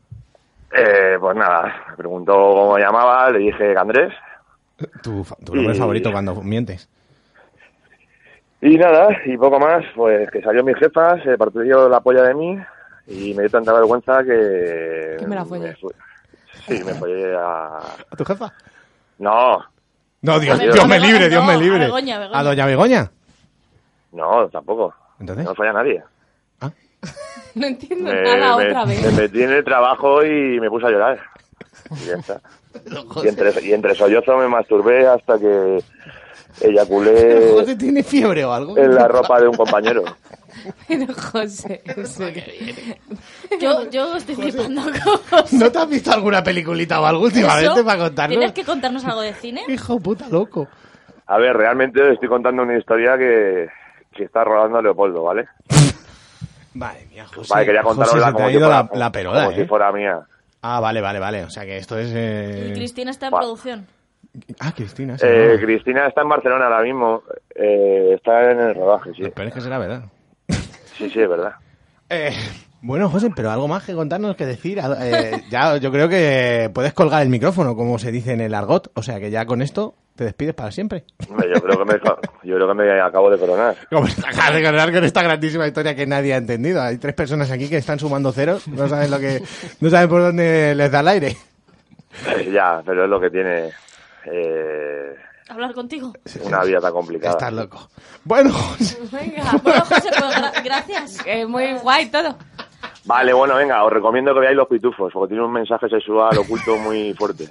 Eh, pues nada, me preguntó cómo llamaba, le dije que Andrés.
Tu, tu nombre
y...
favorito cuando mientes.
Y nada, y poco más, pues que salió mi jefa, se partió la polla de mí y me dio tanta vergüenza que...
¿Qué me la follé?
Fui... Sí, me follé a...
¿A tu jefa?
No.
No, Dios, Dios me libre, Dios me libre.
A Begoña, Begoña.
¿A doña Begoña?
No, tampoco.
¿Entonces?
No falla nadie.
¿Ah?
No entiendo
me,
nada
me,
otra vez.
Me metí en el trabajo y me puse a llorar. Y ya está. Y entre, y entre sollozos me masturbé hasta que eyaculé
¿José tiene fiebre o algo?
en la ropa de un compañero.
Pero José, en serio.
Yo, yo estoy flipando con José.
¿No te has visto alguna peliculita o algo últimamente
¿Eso?
para contarnos?
¿Tienes que contarnos algo de cine?
Hijo puta loco.
A ver, realmente estoy contando una historia que, que está rodando Leopoldo, ¿vale?
Madre mía, José.
Vale, quería contarosla
José, se te
como,
ha
si
ido
fuera,
la, la perola,
como
¿eh?
si fuera mía.
Ah, vale, vale, vale. O sea que esto es... Eh...
Y Cristina está en
Va.
producción.
Ah, Cristina. Sí,
Eh,
no.
Cristina está en Barcelona ahora mismo. Eh, está en el rodaje, sí.
Pero es que será verdad.
Sí, sí, es verdad.
Eh, bueno, José, pero algo más que contarnos, que decir. Eh, ya yo creo que puedes colgar el micrófono, como se dice en el argot. O sea que ya con esto te despides para siempre.
Hombre, Yo creo que me, yo creo que me acabo de coronar.
Como te acabas de coronar con esta grandísima historia que nadie ha entendido. Hay tres personas aquí que están sumando ceros, no saben lo que, no saben por dónde les da el aire.
Ya, pero es lo que tiene eh,
Hablar contigo.
una vida tan complicada.
Estás loco. Bueno, José.
Venga.
Bueno, José, pues gra- gracias.
Eh, muy guay todo.
Vale, bueno, venga, os recomiendo que veáis Los Pitufos, porque tiene un mensaje sexual oculto muy fuerte.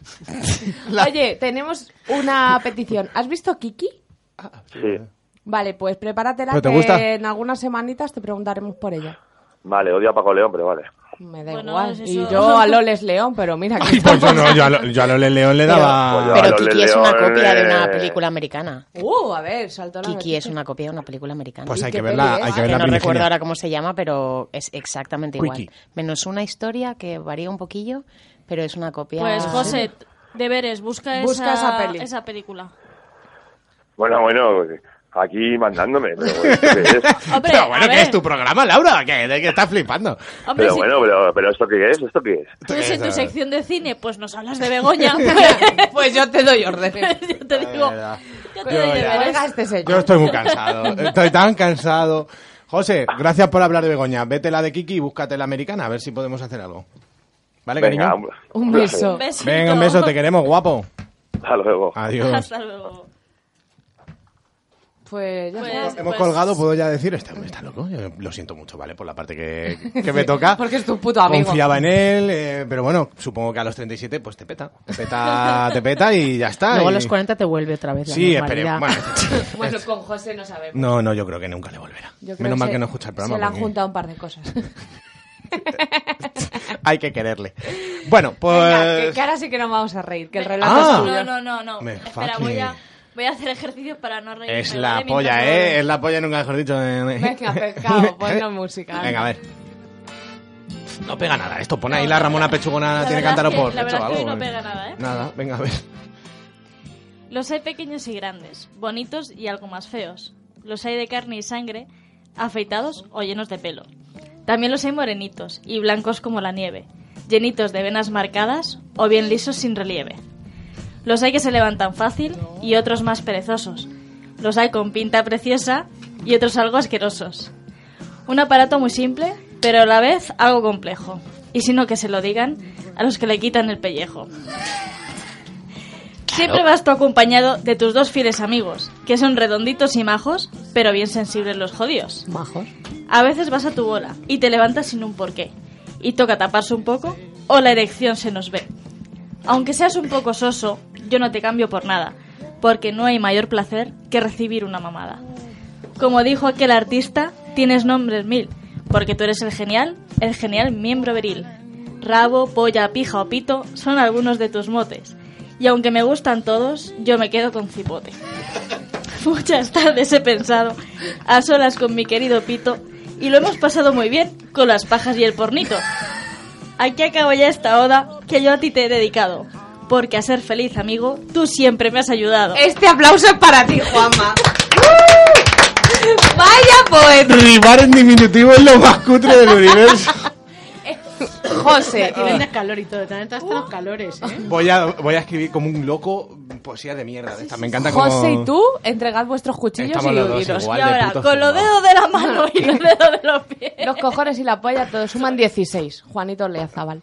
Oye, tenemos una petición. ¿Has visto Kiki?
Sí.
Vale, pues prepáratela
¿Pero te
que
gusta?
en algunas semanitas te preguntaremos por ella.
Vale, odio a Paco León, pero vale.
Me da
Bueno,
igual.
es
Y
eso.
yo a Loles León, pero mira que
Ay, pues yo no, yo a, lo, yo a Lole León le daba...
Pero-
Pero
Los
Kiki es una
Leones.
copia de una película americana.
Uh, a ver, saltó la
Kiki
noticia.
es una copia de una película americana.
Pues
¿Y
hay
qué
que verla,
peli es?
hay que
que
verla
no recuerdo
primigenia.
ahora cómo se llama, pero es exactamente igual.
Quickie.
Menos una historia que varía un poquillo, pero es una copia.
Pues José, deberes, busca,
Busca
esa,
esa peli.
esa película.
Bueno, bueno, aquí mandándome, pero ¿esto qué es?
Hombre,
Pero bueno,
a
¿qué
ver,
es tu programa, Laura? ¿Qué, ¿De qué estás flipando?
hombre,
Pero
si
bueno, pero, pero ¿esto qué es? ¿Esto qué es?
tú en tu
Eso.
sección de cine, pues nos hablas de Begoña. Pues,
Pues yo te doy órdenes.
yo te digo,
verdad.
yo te
Yo
doy
ya-
deberes.
Oiga, este señor.
Yo estoy muy cansado. Estoy tan cansado. José, gracias por hablar de Begoña. Vete la de Kiki y búscate la americana, a ver si podemos hacer algo. ¿Vale,
Venga,
cariño?
Un beso.
Un besito.
Venga, un beso, te queremos, guapo.
hasta luego.
Adiós.
Hasta luego.
Pues ya
Pues-
está.
Hemos
pues-
colgado, puedo ya decir, este hombre está loco. Yo lo siento mucho, ¿vale? Por la parte que, que me toca.
Porque es tu puto amigo.
Confiaba en él, eh, pero bueno, supongo que a los treinta y siete pues te peta. Te peta, te peta y ya está.
Luego a
y-
los cuarenta te vuelve otra vez la
Sí,
normalidad.
esperemos. Bueno,
Bueno, con José no sabemos.
no, no, yo creo que nunca le volverá.
Yo creo
Menos mal
se-
que no escucha el programa.
Se le han
porque
juntado un par de cosas.
hay que quererle. Bueno, pues...
Venga, que, que ahora sí que nos vamos a reír, que el relato
Ah.
es tuyo.
No, no, no, no.
Me
Espera,
fucking-
voy a, voy a hacer ejercicio para no reírme.
Es
¿vale?
la
Mientras
polla,
lo
¿eh?
veo.
Es la polla, nunca mejor dicho.
Venga, pescado, ponnos música.
Venga, a ver. No pega nada esto. Pon ahí la Ramona Pechugona,
La
tiene
verdad
cántaro
es que-
por
La
pecho o
verdad es que
algo.
hoy no pega nada, ¿eh?
Nada, venga, a ver.
Los hay pequeños y grandes, bonitos y algo más feos. Los hay de carne y sangre, afeitados o llenos de pelo. También los hay morenitos y blancos como la nieve, llenitos de venas marcadas o bien lisos sin relieve. Los hay que se levantan fácil y otros más perezosos. Los hay con pinta preciosa y otros algo asquerosos. Un aparato muy simple, pero a la vez algo complejo. Y si no, que se lo digan a los que le quitan el pellejo. Siempre vas tú acompañado de tus dos fieles amigos, que son redonditos y majos, pero bien sensibles los jodidos.
Majos.
A veces vas a tu bola y te levantas sin un porqué, y toca taparse un poco o la erección se nos ve. Aunque seas un poco soso, yo no te cambio por nada, porque no hay mayor placer que recibir una mamada. Como dijo aquel artista, tienes nombres mil, porque tú eres el genial, el genial miembro viril. Rabo, polla, pija o pito son algunos de tus motes. Y aunque me gustan todos, yo me quedo con cipote. Muchas tardes he pensado, a solas con mi querido pito, y lo hemos pasado muy bien con las pajas y el pornito. Aquí acabo ya esta oda que yo a ti te he dedicado, porque a ser feliz, amigo, tú siempre me has ayudado.
Este aplauso es para ti, Juanma. ¡Vaya poeta!
Rimar en diminutivo es lo más cutre del universo.
José.
Tienes calor y todo, también hasta los calores, ¿eh?
Voy a, voy a escribir como un loco poesía de mierda de esta. Me encanta como...
José y tú, entregad vuestros cuchillos
Estamos
y
los dos
iros.
igual
Y
de
ahora,
putos
con los
zumbados.
dedos de la mano y los dedos de los pies.
Los cojones y la polla todos suman dieciséis. Juanito Leazabal.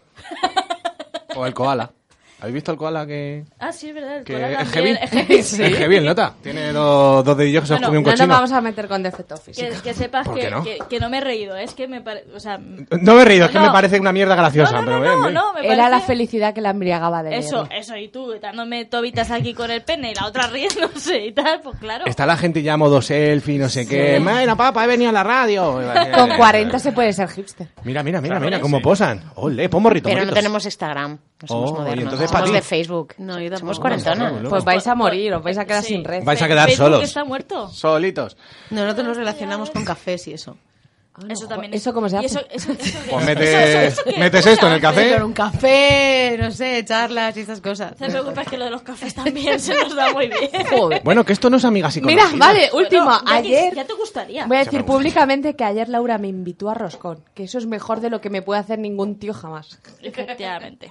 O el koala. ¿Habéis visto el koala que...?
Ah, sí, es verdad. El
que
koala
es
también,
heavy?
es heavy, sí.
Es heavy el nota. Tiene dos, dos dedillos que se los
Bueno,
comió un
No
cochino.
nos vamos a meter con defecto
Que,
físico.
que sepas
¿Por
que,
qué no?
que, que no me he reído, es que me parece... O sea,
No me he reído, es que
No.
me parece una mierda graciosa.
No, no,
pero
no,
bien,
no,
bien.
no, me
Era
parece...
la felicidad que la embriagaba de
Eso,
leerlo.
eso, y tú dándome tobitas aquí con el pene y la otra riéndose y tal, pues claro.
Está la gente ya modo selfie, no sé qué. Mira, papá, he venido a la radio.
Con cuarenta se puede ser hipster.
Mira, mira, mira,
Claro,
mira
sí.
cómo posan. Ole, pon morrito,
Pero no
morritos.
tenemos Instagram. No somos
Oh, y
modernos.
entonces,
somos
¿pa' ti?
de Facebook.
No, yo
Somos
tampoco.
cuarentonas.
No, no, no.
Pues vais a morir, os vais a quedar
Sí.
sin red.
Vais a quedar
Facebook
solos.
está muerto.
Solitos.
Nosotros nos relacionamos con cafés y eso.
Eso también.
¿Eso cómo se
y
hace?
Eso, eso, eso,
Pues
eso,
metes,
eso, eso, ¿qué?
metes
¿Cómo
esto
se
en el
llama?
café.
Con un café, no sé, charlas y estas cosas.
No te preocupes que lo de los cafés también se nos da muy bien.
Joder.
Bueno, que esto no es amigas y
Mira,
conocidas.
vale, último.
Bueno, ya que-
Ayer
Ya te gustaría.
voy a
Ya
decir
me gusta.
públicamente que ayer Laura me invitó a roscón. Que eso es mejor de lo que me puede hacer ningún tío jamás.
Efectivamente.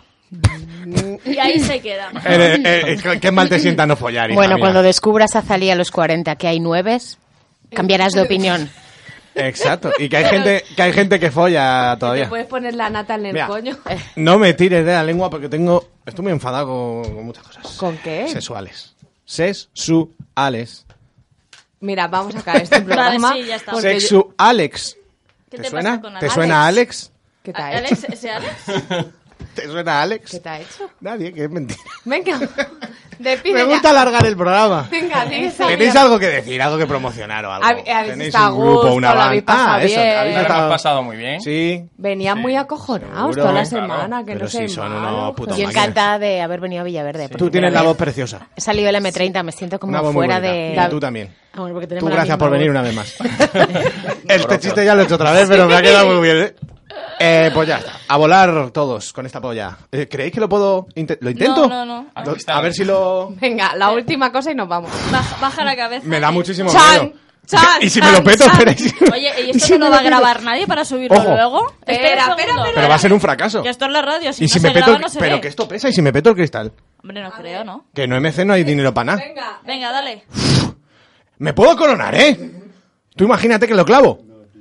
Y ahí se queda.
Eh, eh, eh, qué mal te sienta no follar, hija
Bueno,
mía.
cuando descubras a Zalí a los cuarenta que hay nueves, cambiarás de opinión.
Exacto. Y que hay gente que hay gente que folla
Te
todavía.
puedes poner la nata en el
Mira.
coño.
No me tires de la lengua porque tengo... Estoy muy enfadado con, con muchas cosas.
¿Con qué?
Sexuales. Sexuales.
Mira, vamos a acabar este programa.
Vale, sí, ya está.
porque yo-
Sexuales.
¿Qué
¿Te
te
suena?
pasa con
¿Te
Alex?
suena Alex?
¿Qué te ha hecho?
Alex, ese Alex.
¿Te suena Alex?
¿Qué te ha hecho?
Nadie, que es mentira.
Venga, despide
Me
ya.
gusta alargar el programa.
Venga, tienes
¿Tenéis algo que decir? ¿Algo que promocionar o algo?
Hab- habéis
¿Tenéis
estado
un
a
grupo,
gusto,
una
lo
banda?
habéis pasado
Ah, eso.
bien.
¿Habéis
Lo hemos
estado-
pasado muy bien.
Sí.
Venían
Sí.
muy acojonados
Seguro.
toda la
Claro.
semana, que
Pero
no sé
si son
malo,
unos putos
Yo
joder.
máquinas.
encantada de haber venido a Villaverde. por
Tú tienes
primera
la voz
vez.
preciosa.
He salido del eme treinta, me siento como
Una voz muy
fuera
bonita.
de...
Y tú también.
Ah, bueno, porque
Tú
tenemos la
gracias
misma
por venir
voz.
una vez más. Este chiste ya lo he hecho otra vez, pero me ha quedado muy bien, ¿eh? Eh, pues ya está. A volar todos con esta polla. Eh, ¿Creéis que lo puedo... inte- ¿Lo intento?
No, no, no.
Lo- A ver si lo...
Venga, la última cosa y nos vamos.
Baja, baja la cabeza.
Me da muchísimo
Chan,
miedo.
chan,
Y si
chan,
me lo peto,
chan.
esperéis.
Oye, ¿y
¿Y
esto
si
no lo
me
va a
lo peto?
grabar nadie para subirlo
Ojo.
luego?
Espera,
un
espera,
segundo.
Pero va a ser un fracaso.
Que esto es la radio, si
Y
no
si
se
me peto...
graba no se
Pero
ve.
que esto pesa y si me peto el cristal.
Hombre, no creo, ¿no?
Que no M C no hay dinero para nada.
Venga,
Venga, dale.
Me puedo coronar, ¿eh? Tú imagínate que lo clavo.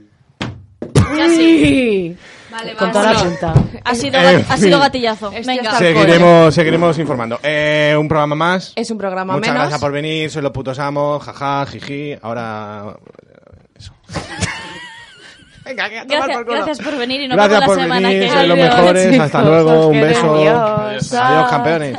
Casi.
vale,
Con
vamos.
toda la
No.
punta.
Ha sido,
Eh,
ga- ha sido
sí.
gatillazo.
Esto
Venga.
está-
Seguiremos, seguiremos informando. Eh, un programa más.
Es un programa
Muchas
menos.
gracias por venir, soy los putos amos, jaja, jiji, ahora... Eso. Venga, que a tomar
Gracias,
por culo.
gracias por venir y nos
Gracias
vemos
por
la semana
venir,
que
sois los
viene.
mejores,
chicos,
hasta luego,
os
un
queremos.
beso.
Adiós.
Adiós, campeones.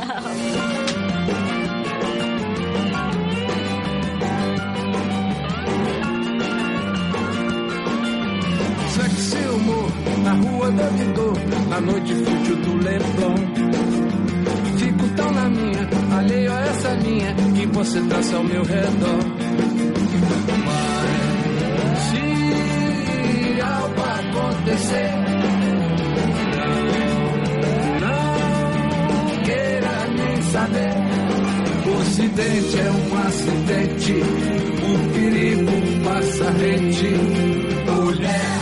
Sexy humor na rua da Didô, na noite fútil do Leblon. Fico tão na minha, alheio a essa linha que você traça ao meu redor. Mas se algo acontecer, não, não queira nem saber. O acidente é um acidente, o perigo passa rente. Mulher,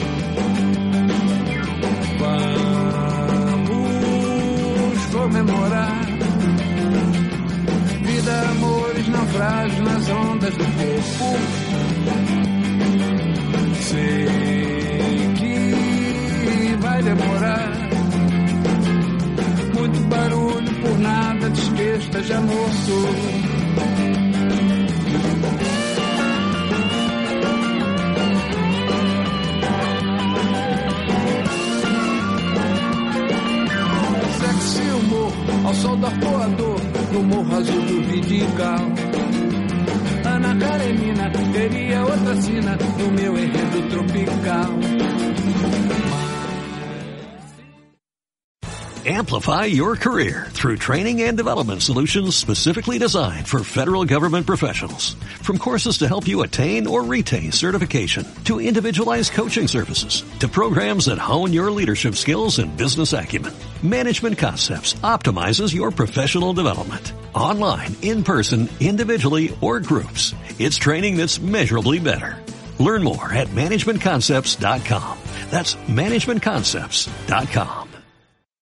vamos comemorar vida, amores, naufrágios nas ondas do corpo. Sei que vai demorar, muito barulho por nada.
antes que esteja morto. Sexy humor ao sol do arpoador no morro azul do Vidigal. Ana Karenina teria outra sina no meu enredo tropical.
Amplify your career through training and development solutions specifically designed for federal government professionals. From courses to help you attain or retain certification, to individualized coaching services, to programs that hone your leadership skills and business acumen, Management Concepts optimizes your professional development. Online, in person, individually, or groups, it's training that's measurably better. Learn more at management concepts dot com. That's management concepts dot com.